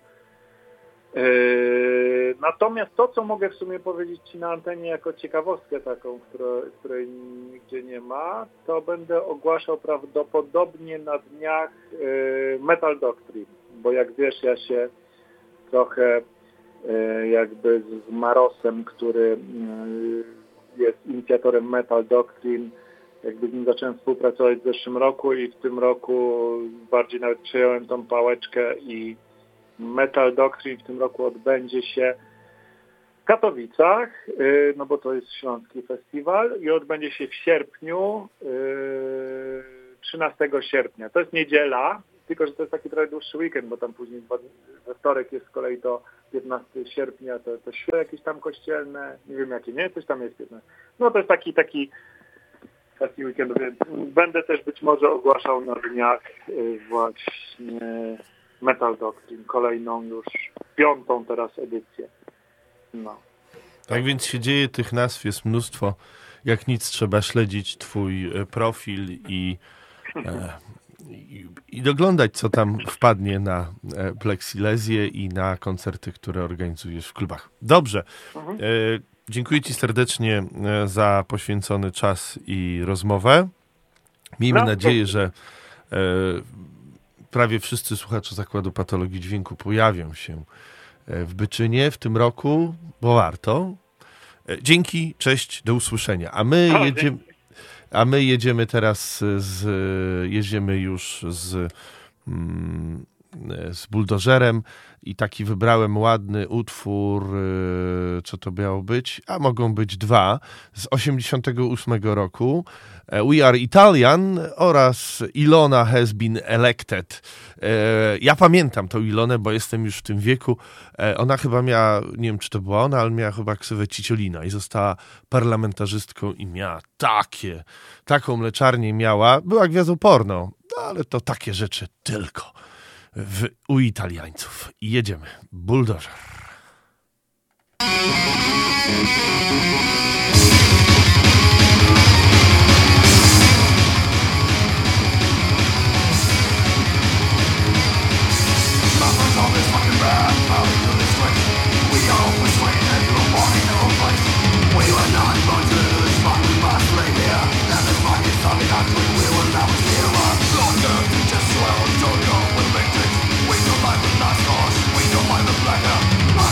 Yy, natomiast to, co mogę w sumie powiedzieć Ci na antenie jako ciekawostkę taką, której, której nigdzie nie ma, to będę ogłaszał prawdopodobnie na dniach yy, Metal Doctrine, bo jak wiesz, ja się trochę yy, jakby z Marosem, który yy, jest inicjatorem Metal Doctrine, jakby z nim zacząłem współpracować w zeszłym roku i w tym roku bardziej nawet przejąłem tą pałeczkę i Metal Doctrine w tym roku odbędzie się w Katowicach, no bo to jest śląski festiwal i odbędzie się w sierpniu, trzynastego sierpnia. To jest niedziela, tylko że to jest taki trochę dłuższy weekend, bo tam później we wtorek jest z kolei do piętnastego sierpnia, to, to święto jakieś tam kościelne, nie wiem jakie, nie? Coś tam jest piętnastego. No to jest taki, taki, taki weekend, więc będę też być może ogłaszał na dniach właśnie Metal Doctrine, kolejną już piątą teraz edycję. No. Tak więc się dzieje, tych nazw jest mnóstwo. Jak nic, trzeba śledzić twój profil i, e, i, i doglądać, co tam wpadnie na Plexilezję i na koncerty, które organizujesz w klubach. Dobrze. Mhm. E, dziękuję Ci serdecznie za poświęcony czas i rozmowę. Miejmy no, nadzieję, to... że e, prawie wszyscy słuchacze Zakładu Patologii Dźwięku pojawią się w Byczynie w tym roku, bo warto. Dzięki, cześć, do usłyszenia. A my jedziemy, a my jedziemy teraz z, jedziemy już z, z buldożerem i taki wybrałem ładny utwór, co to miało być, a mogą być dwa, z osiemdziesiątego ósmego roku. We Are Italian oraz Ilona Has Been Elected. Ja pamiętam tą Ilonę, bo jestem już w tym wieku. Ona chyba miała, nie wiem czy to była ona, ale miała chyba ksywę Ciciolina i została parlamentarzystką i miała takie, taką mleczarnię miała. Była gwiazdą porno, no, ale to takie rzeczy tylko w, u Italiańców. I jedziemy. Buldożer. We don't mind the black out, we don't mind the black out.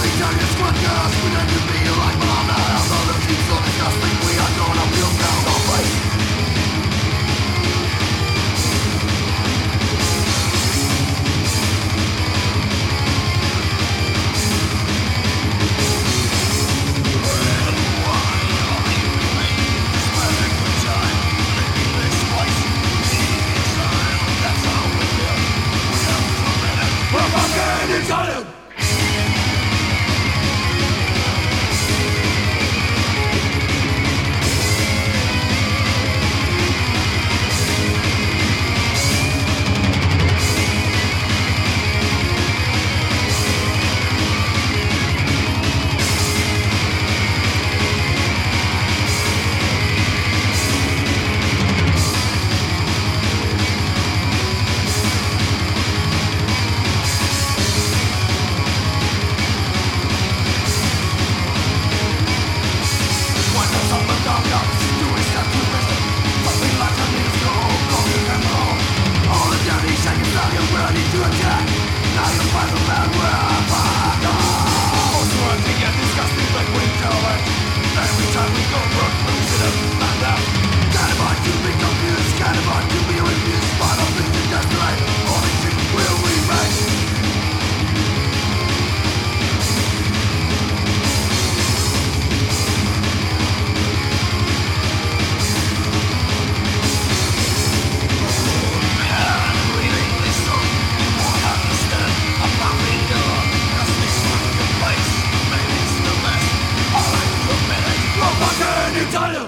Stardom!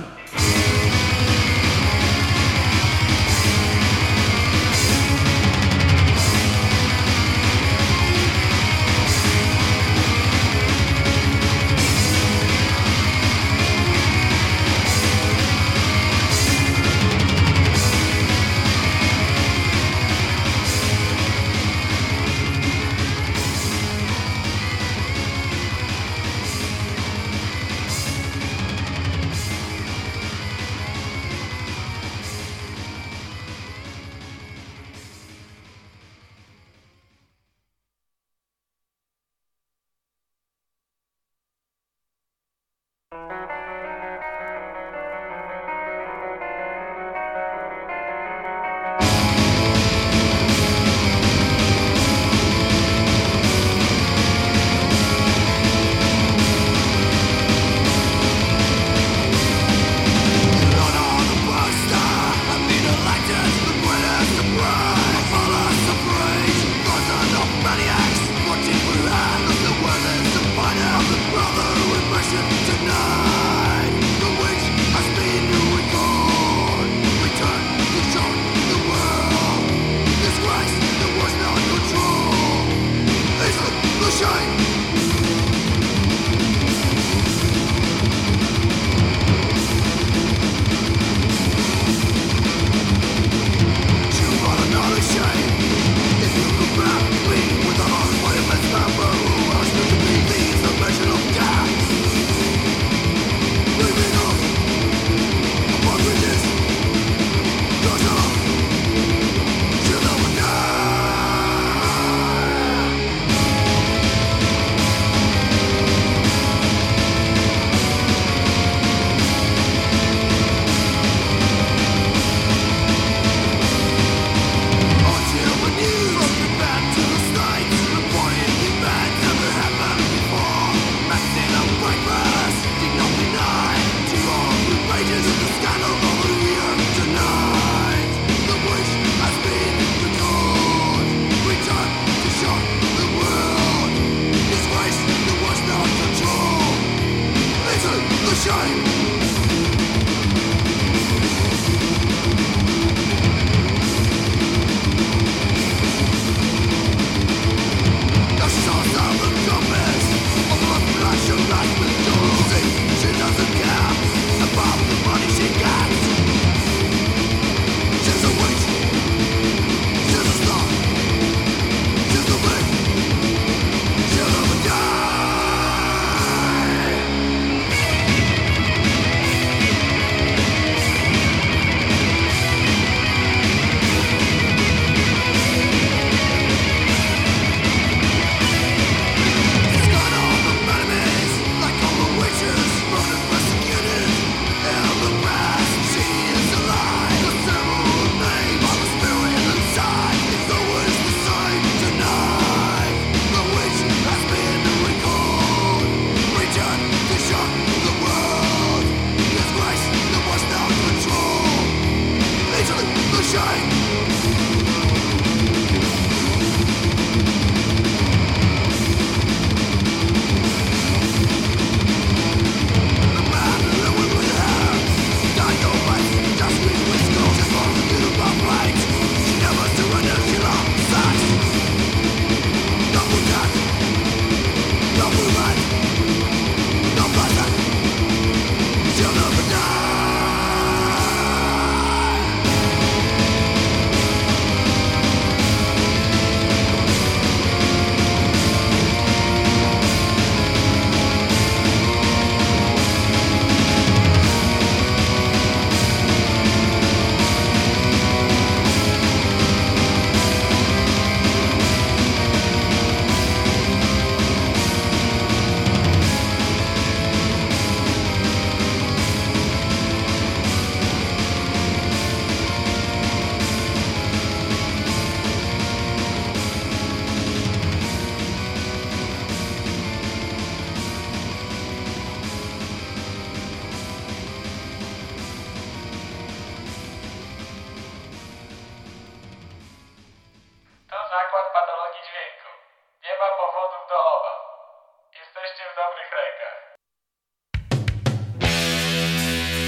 Jesteście w dobrych rękach.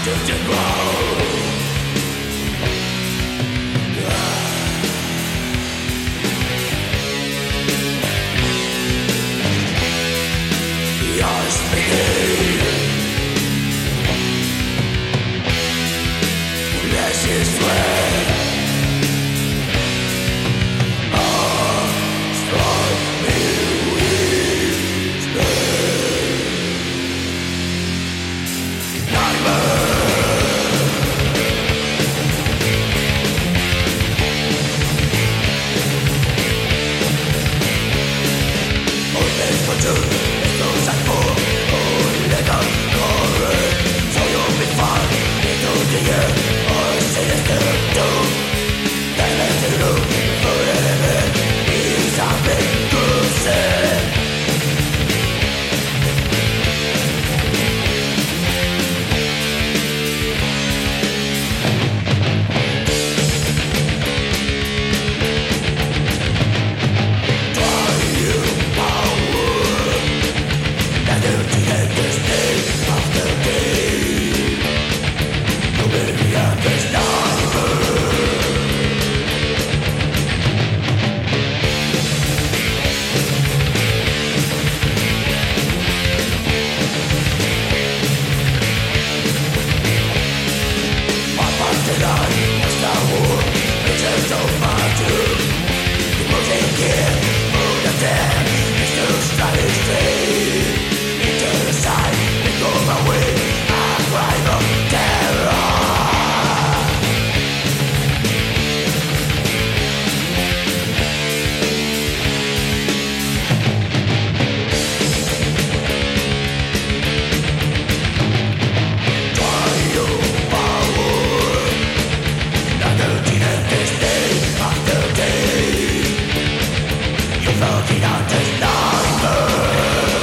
Floating out as number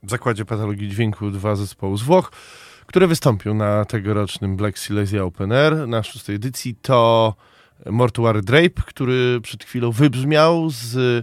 w Zakładzie Patologii Dźwięku dwa zespoły z Włoch, które wystąpią na tegorocznym Black Silesia Open Air na szóstej edycji. To Mortuary Drape, który przed chwilą wybrzmiał z,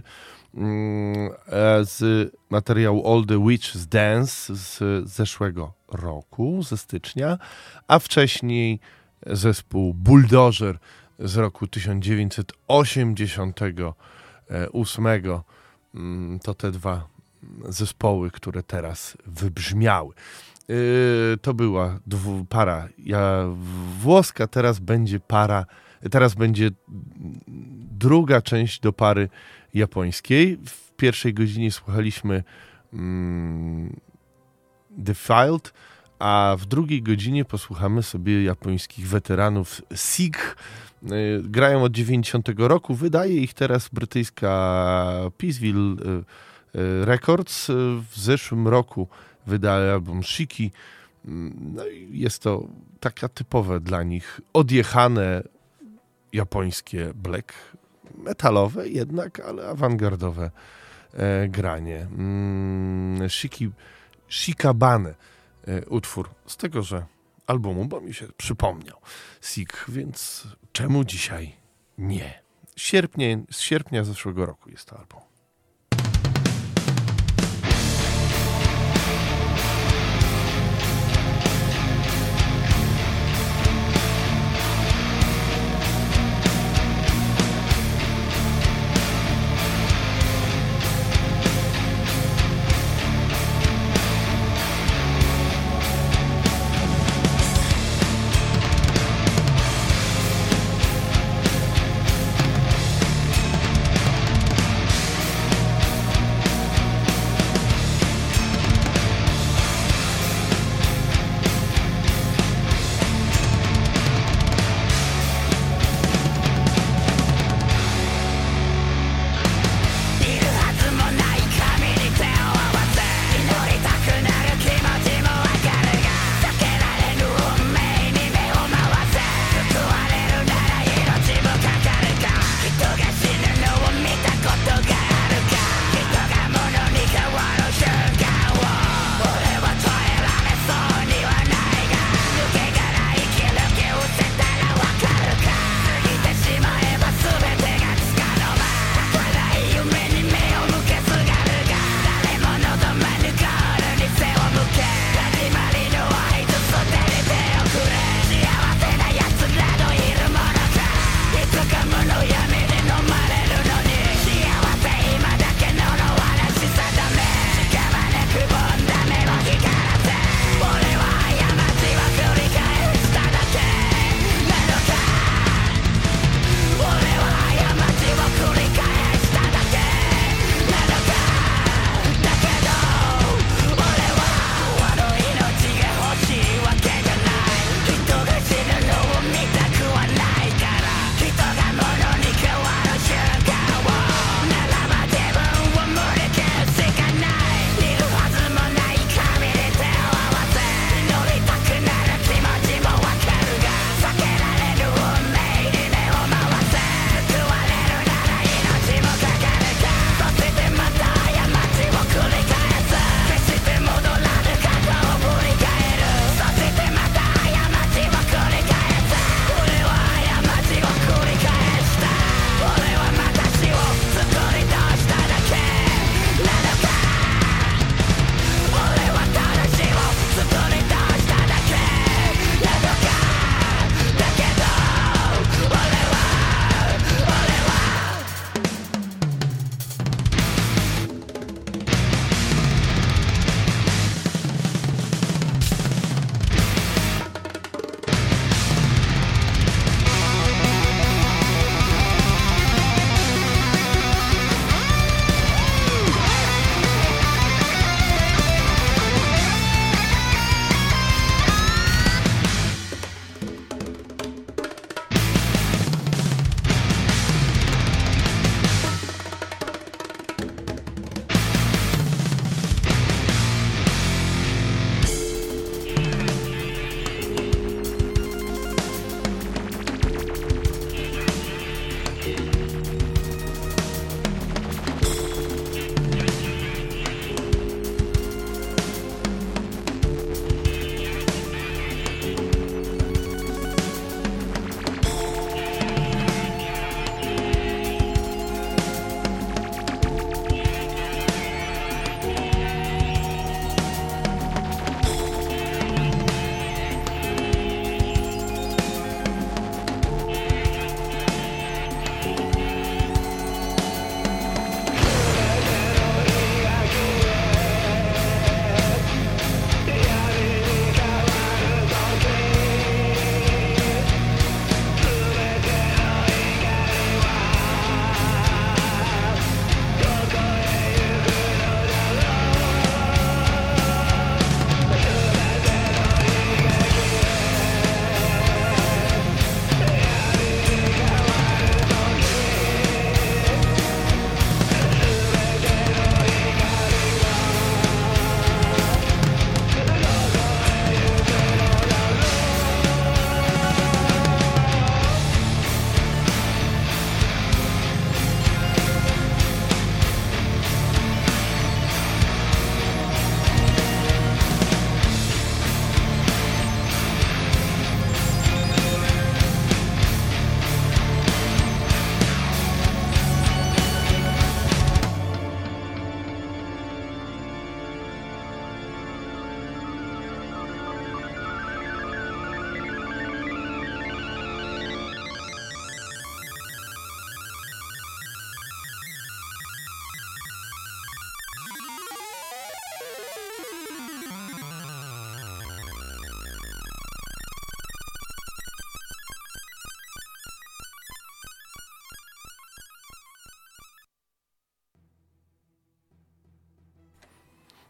z materiału All the Witches Dance z zeszłego roku, ze stycznia, a wcześniej zespół Bulldozer z roku tysiąc dziewięćset osiemdziesiątego ósmego. To te dwa zespoły, które teraz wybrzmiały. Yy, to była dwu, para ja, włoska, teraz będzie para, teraz będzie druga część do pary japońskiej. W pierwszej godzinie słuchaliśmy mm, Defiled, a w drugiej godzinie posłuchamy sobie japońskich weteranów Sig. Yy, grają od dziewięćdziesiątego roku, wydaje ich teraz brytyjska Peaceville yy, yy, Records. W zeszłym roku wydali album Shiki. No i jest to taka typowe dla nich odjechane japońskie black metalowe jednak, ale awangardowe e, granie. Mm, Shiki, Shikabane e, utwór z tegoże albumu, bo mi się przypomniał Sig, więc czemu dzisiaj nie? Sierpnie, z sierpnia zeszłego roku jest to album.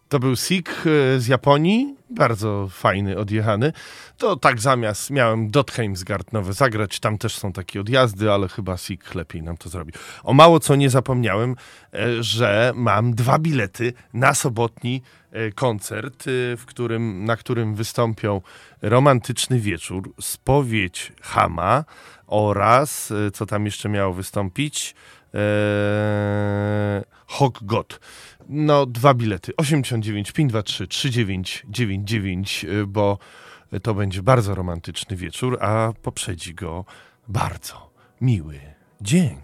To był Sick z Japonii, bardzo fajny, odjechany. To tak zamiast miałem Dotheimsgard nowe zagrać, tam też są takie odjazdy, ale chyba Sick lepiej nam to zrobi. O mało co nie zapomniałem, że mam dwa bilety na sobotni koncert, w którym, na którym wystąpią Romantyczny Wieczór, Spowiedź Hama oraz, co tam jeszcze miało wystąpić, eee, Hoggot. No, dwa bilety. osiemdziesiąt dziewięć, pięćset dwadzieścia trzy, trzydzieści dziewięć, dziewięćset dziewięć, bo to będzie bardzo romantyczny wieczór, a poprzedzi go bardzo miły dzień.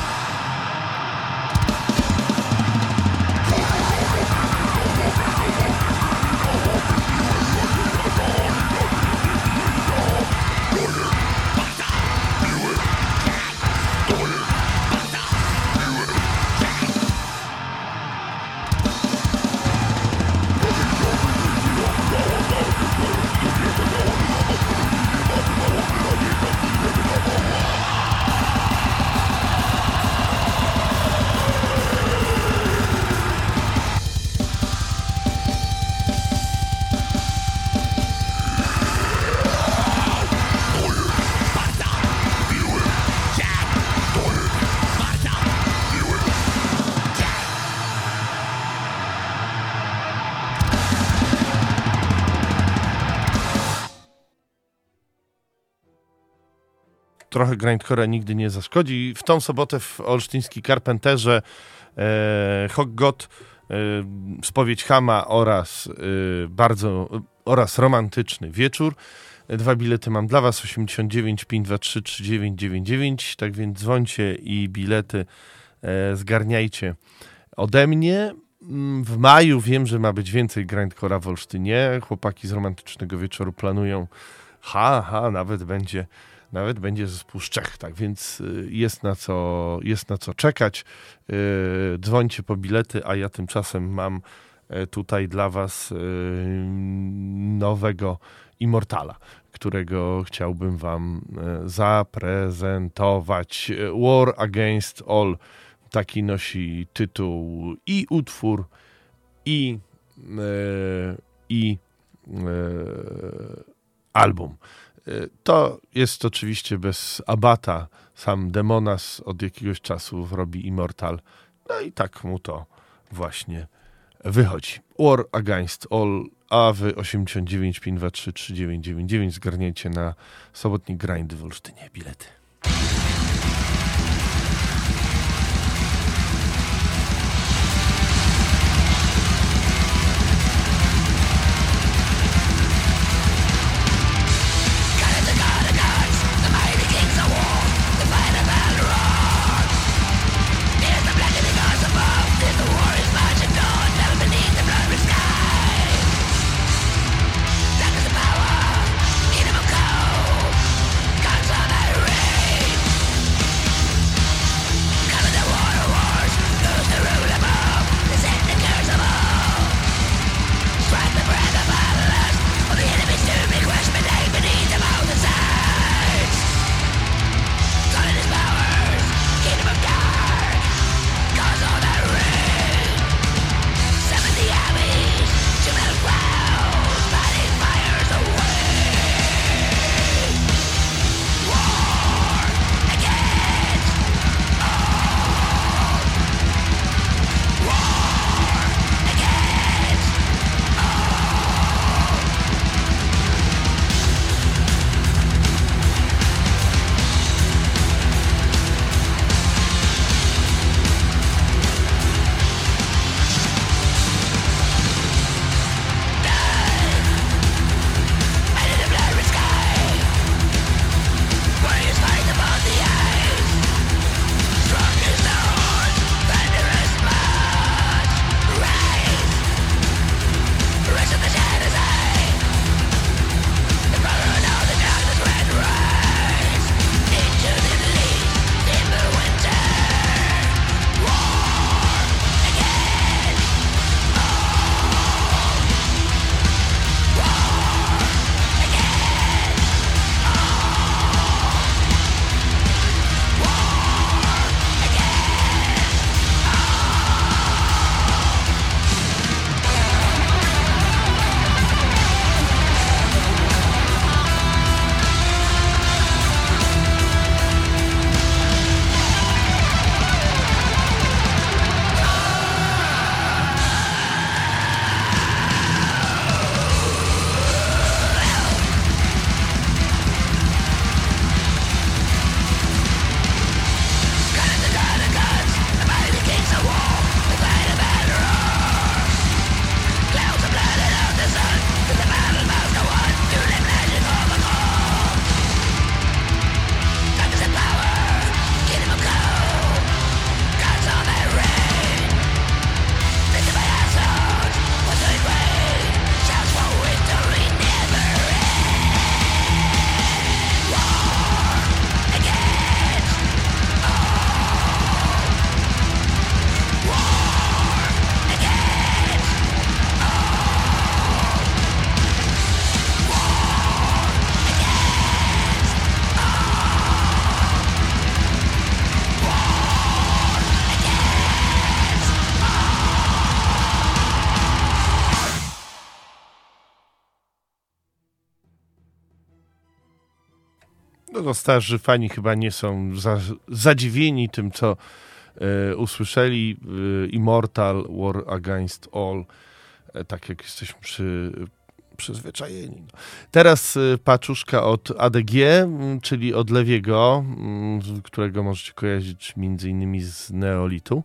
Trochę grindcore'a nigdy nie zaszkodzi. W tą sobotę w olsztyńskiej Carpenterze e, Hoggot, e, Spowiedź Hama oraz e, bardzo oraz romantyczny wieczór. Dwa bilety mam dla was, osiemdziesiąt dziewięć, pięćset dwadzieścia trzy, trzydzieści dziewięć, dziewięćset dziewięć. Tak więc dzwońcie i bilety e, zgarniajcie ode mnie. W maju wiem, że ma być więcej grindcore'a w Olsztynie. Chłopaki z romantycznego wieczoru planują, ha, ha, nawet będzie Nawet będzie zespół z Czech, tak więc jest na co, jest na co czekać. Yy, dzwońcie po bilety, a ja tymczasem mam tutaj dla was yy, nowego Immortala, którego chciałbym wam yy, zaprezentować. War Against All, taki nosi tytuł i utwór, i, yy, i yy, album. To jest oczywiście bez Abata, sam Demonas od jakiegoś czasu robi Immortal, no i tak mu to właśnie wychodzi. War Against All, a wy osiemdziesiąt dziewięć, pięćset dwadzieścia trzy, trzydzieści dziewięć, dziewięćset dziewięć zgarniecie na sobotni grind w Olsztynie bilety. Power, animal code, guns on my ring. No, no starzy fani chyba nie są za, zadziwieni tym, co e, usłyszeli. E, Immortal, War Against All, e, tak jak jesteśmy przy, przyzwyczajeni. No. Teraz e, paczuszka od A D G, m, czyli od Lewiego, m, którego możecie kojarzyć między innymi z Neolitu.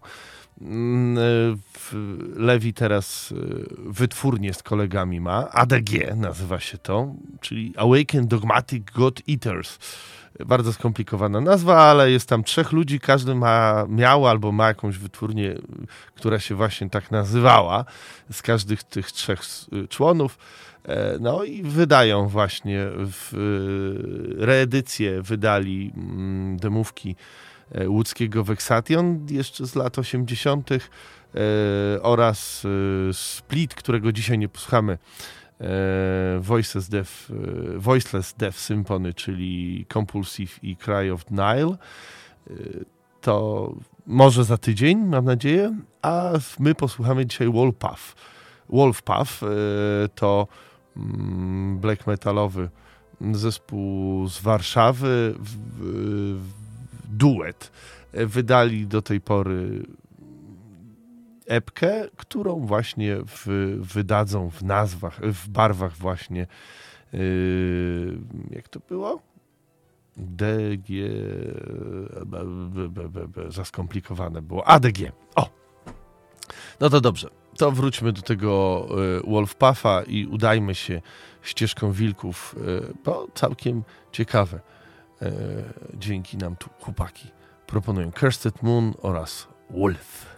Lewi teraz wytwórnię z kolegami ma, A D G nazywa się to, czyli Awakened Dogmatic God Eaters. Bardzo skomplikowana nazwa, ale jest tam trzech ludzi, każdy ma, miał albo ma jakąś wytwórnię, która się właśnie tak nazywała, z każdych tych trzech członów. No i wydają właśnie w reedycję, wydali demówki łódzkiego Vexation jeszcze z lat osiemdziesiątych e, oraz e, Split, którego dzisiaj nie posłuchamy, e, Voiceless Death, e, Voiceless Death Symphony, czyli Compulsive i Cry of Nile. E, to może za tydzień, mam nadzieję, a my posłuchamy dzisiaj Wolfpath. Wolfpath e, to mm, black metalowy zespół z Warszawy, w, w, duet. Wydali do tej pory epkę, którą właśnie w, wydadzą w nazwach, w barwach właśnie yy, jak to było? D G b, b, b, b, b, za skomplikowane było. A D G. O! No to dobrze. To wróćmy do tego y, Wolfpatha i udajmy się ścieżką wilków, y, bo całkiem ciekawe dźwięki nam tu chłopaki proponują. Cursed Moon oraz Wolf.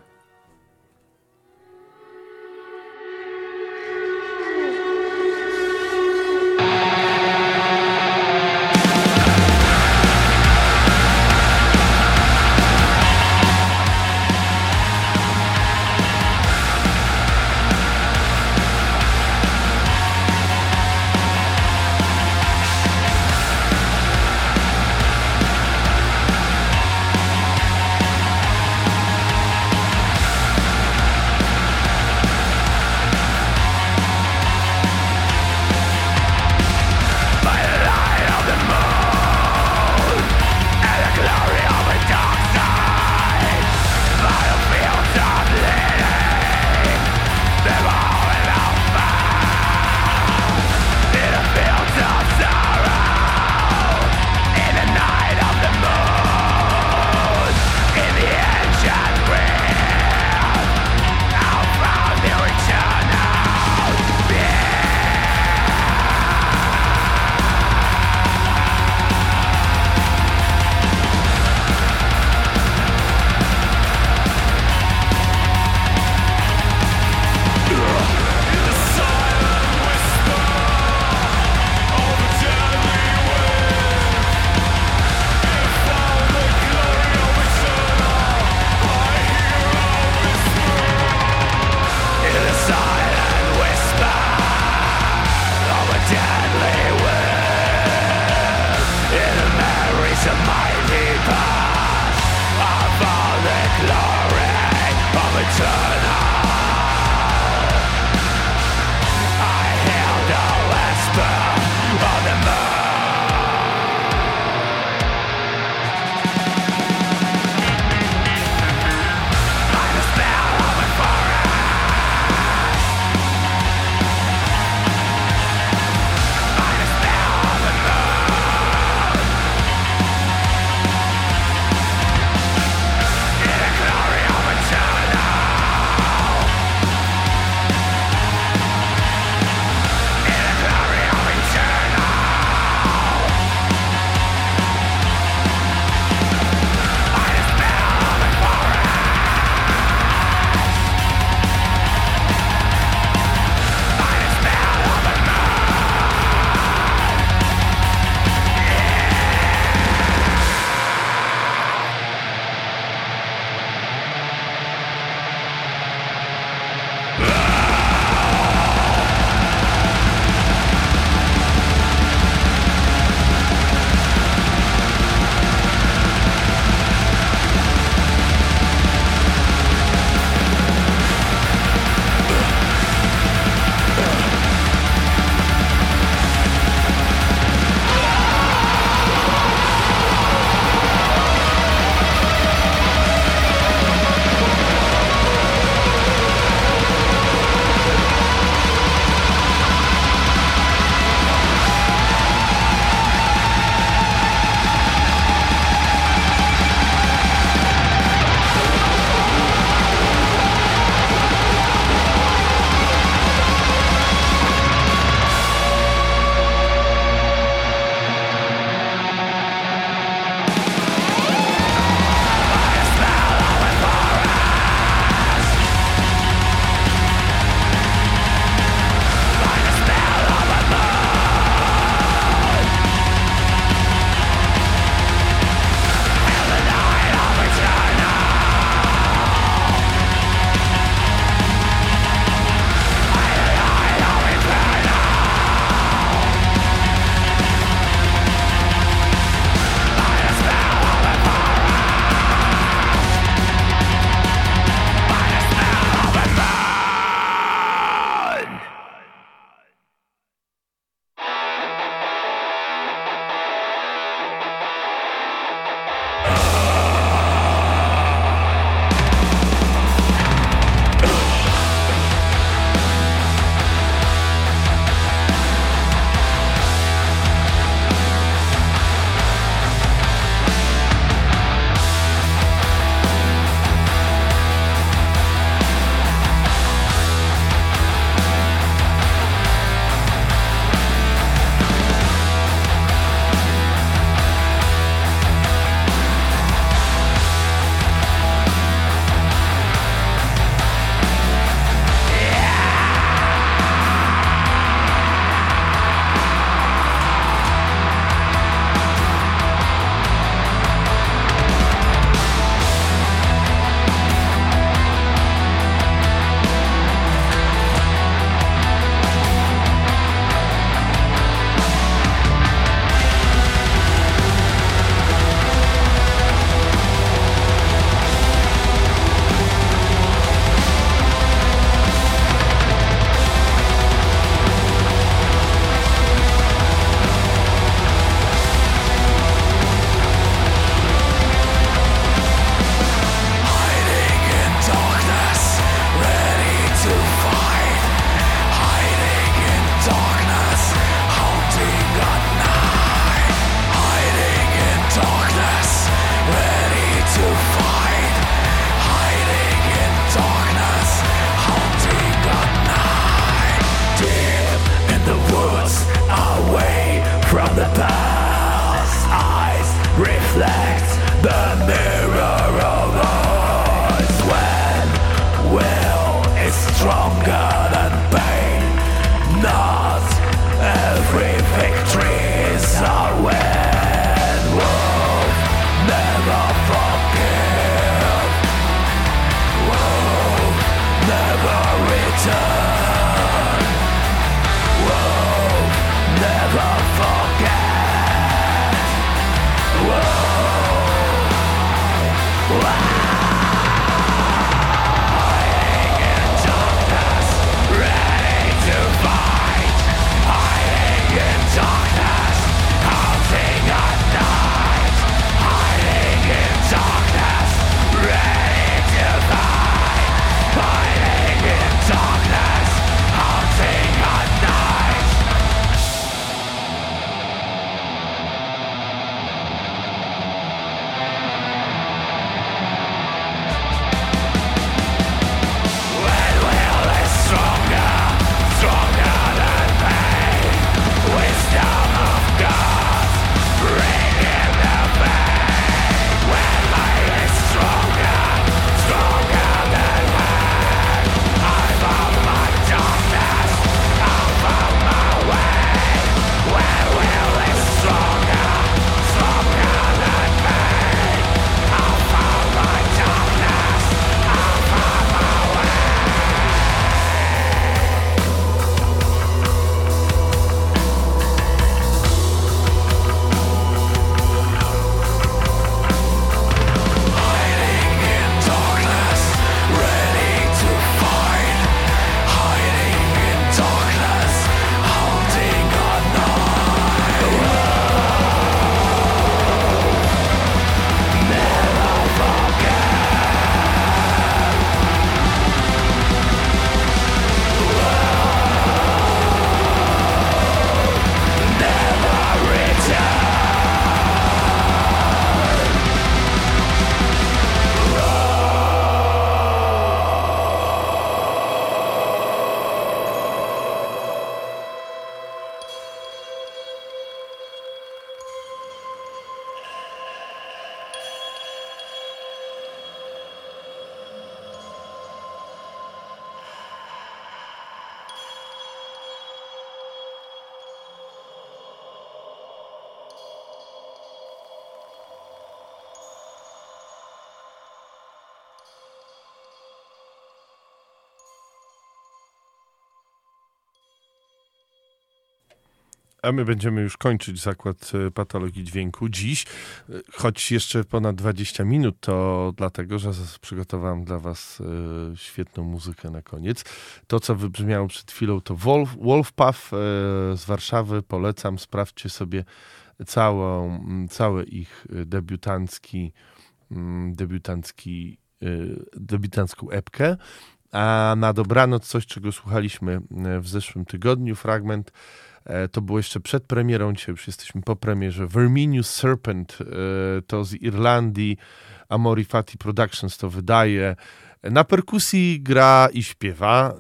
A my będziemy już kończyć zakład patologii dźwięku dziś, choć jeszcze ponad dwadzieścia minut, to dlatego, że przygotowałem dla was świetną muzykę na koniec. To, co wybrzmiało przed chwilą, to Wolf, Wolfpack z Warszawy. Polecam, sprawdźcie sobie całą, cały ich debiutancki, debiutancki, debiutancką epkę. A na dobranoc coś, czego słuchaliśmy w zeszłym tygodniu, fragment. To było jeszcze przed premierą, dzisiaj już jesteśmy po premierze. Verminius Serpent, to z Irlandii, Amori Fati Productions to wydaje. Na perkusji gra i śpiewa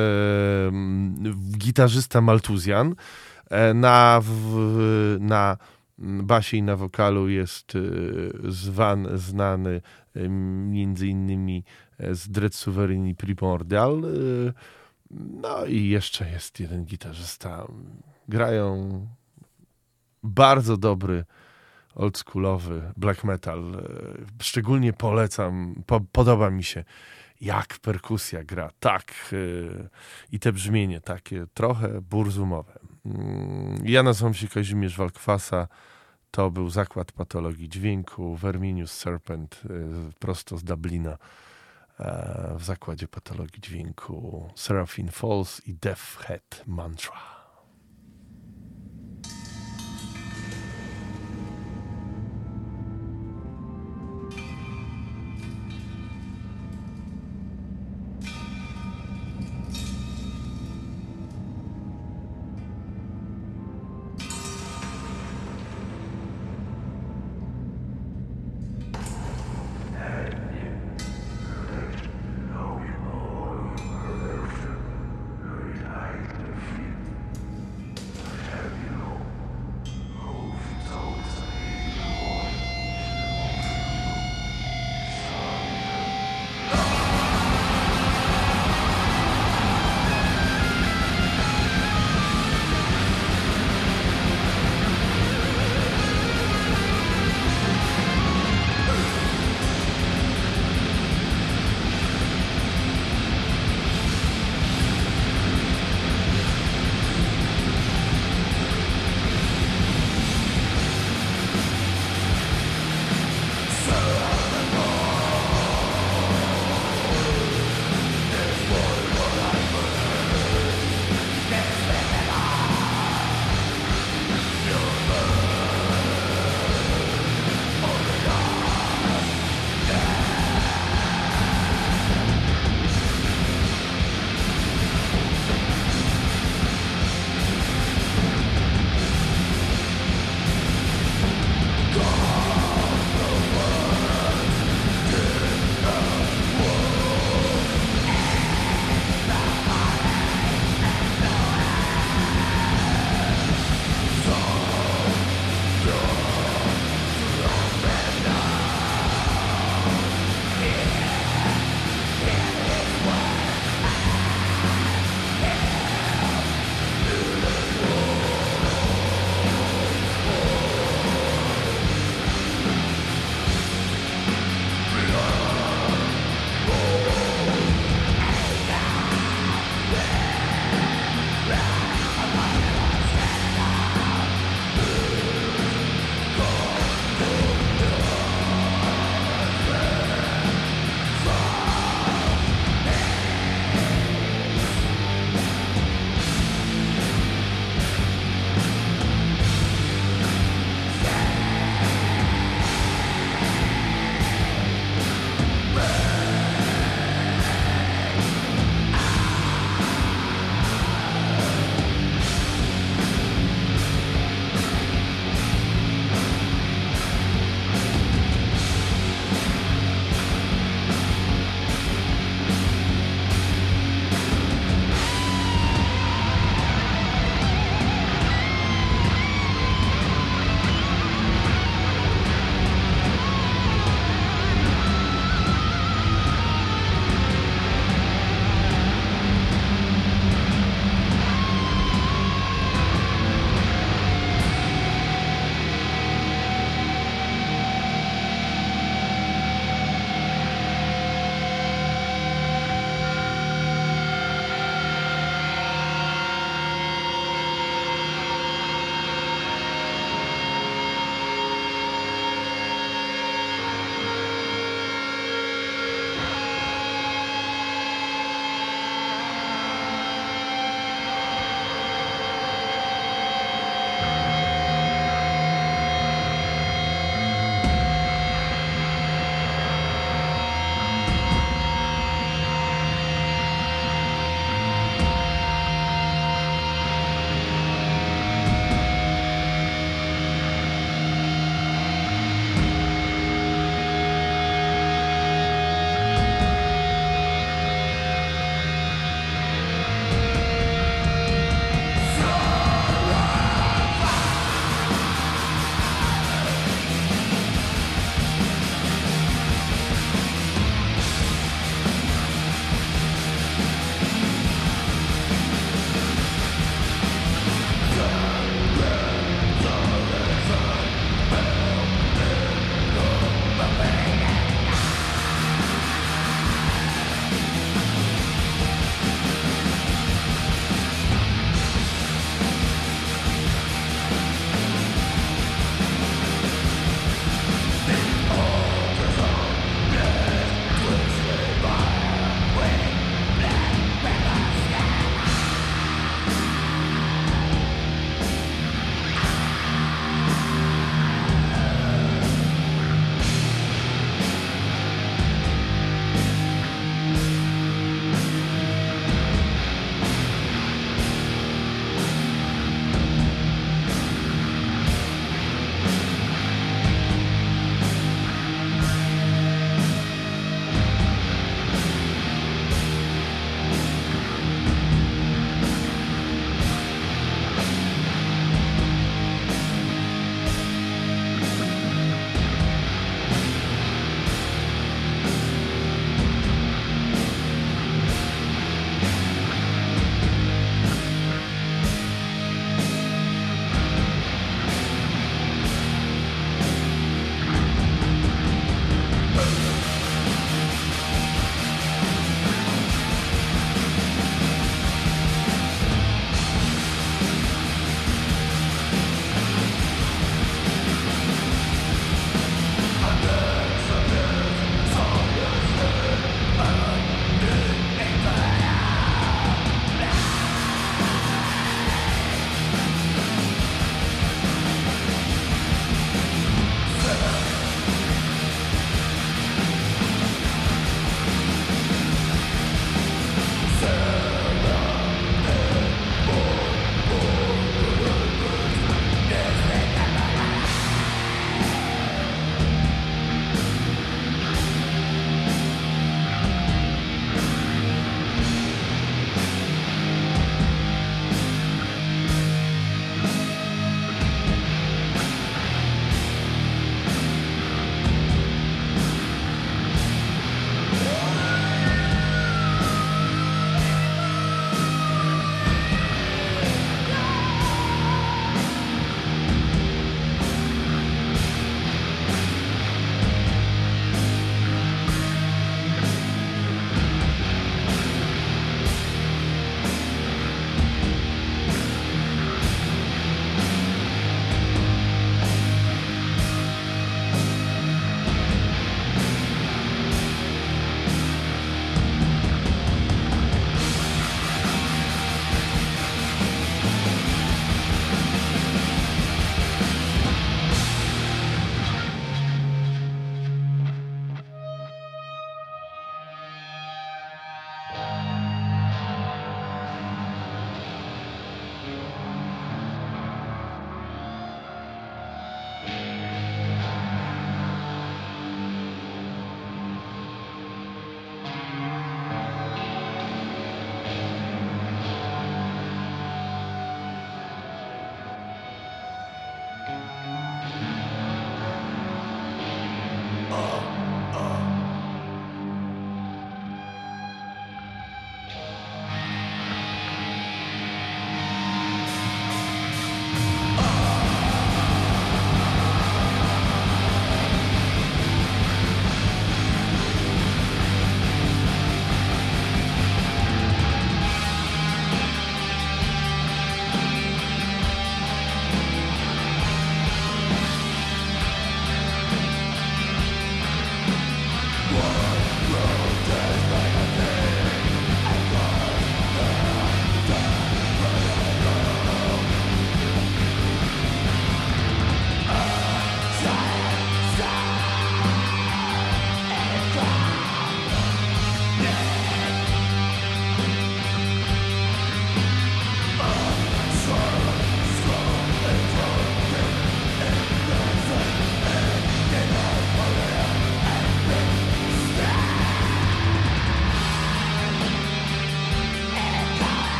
gitarzysta Maltuzjan. Na, w, na basie i na wokalu jest zwan, znany między innymi z Dread Sovereign i Primordial. No i jeszcze jest jeden gitarzysta. Grają bardzo dobry, oldschoolowy black metal. Szczególnie polecam, po, podoba mi się, jak perkusja gra. Tak, yy, i te brzmienie takie trochę burzumowe. Yy, ja nazywam się Kazimierz Walkwasa. To był zakład patologii dźwięku. Verminius Serpent, yy, prosto z Dublina. W zakładzie patologii dźwięku Seraphim Falls i Death Head Mantra.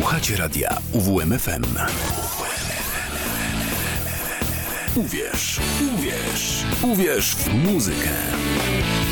Słuchacie radia U W M F M. Uwierz, uwierz, uwierz w muzykę.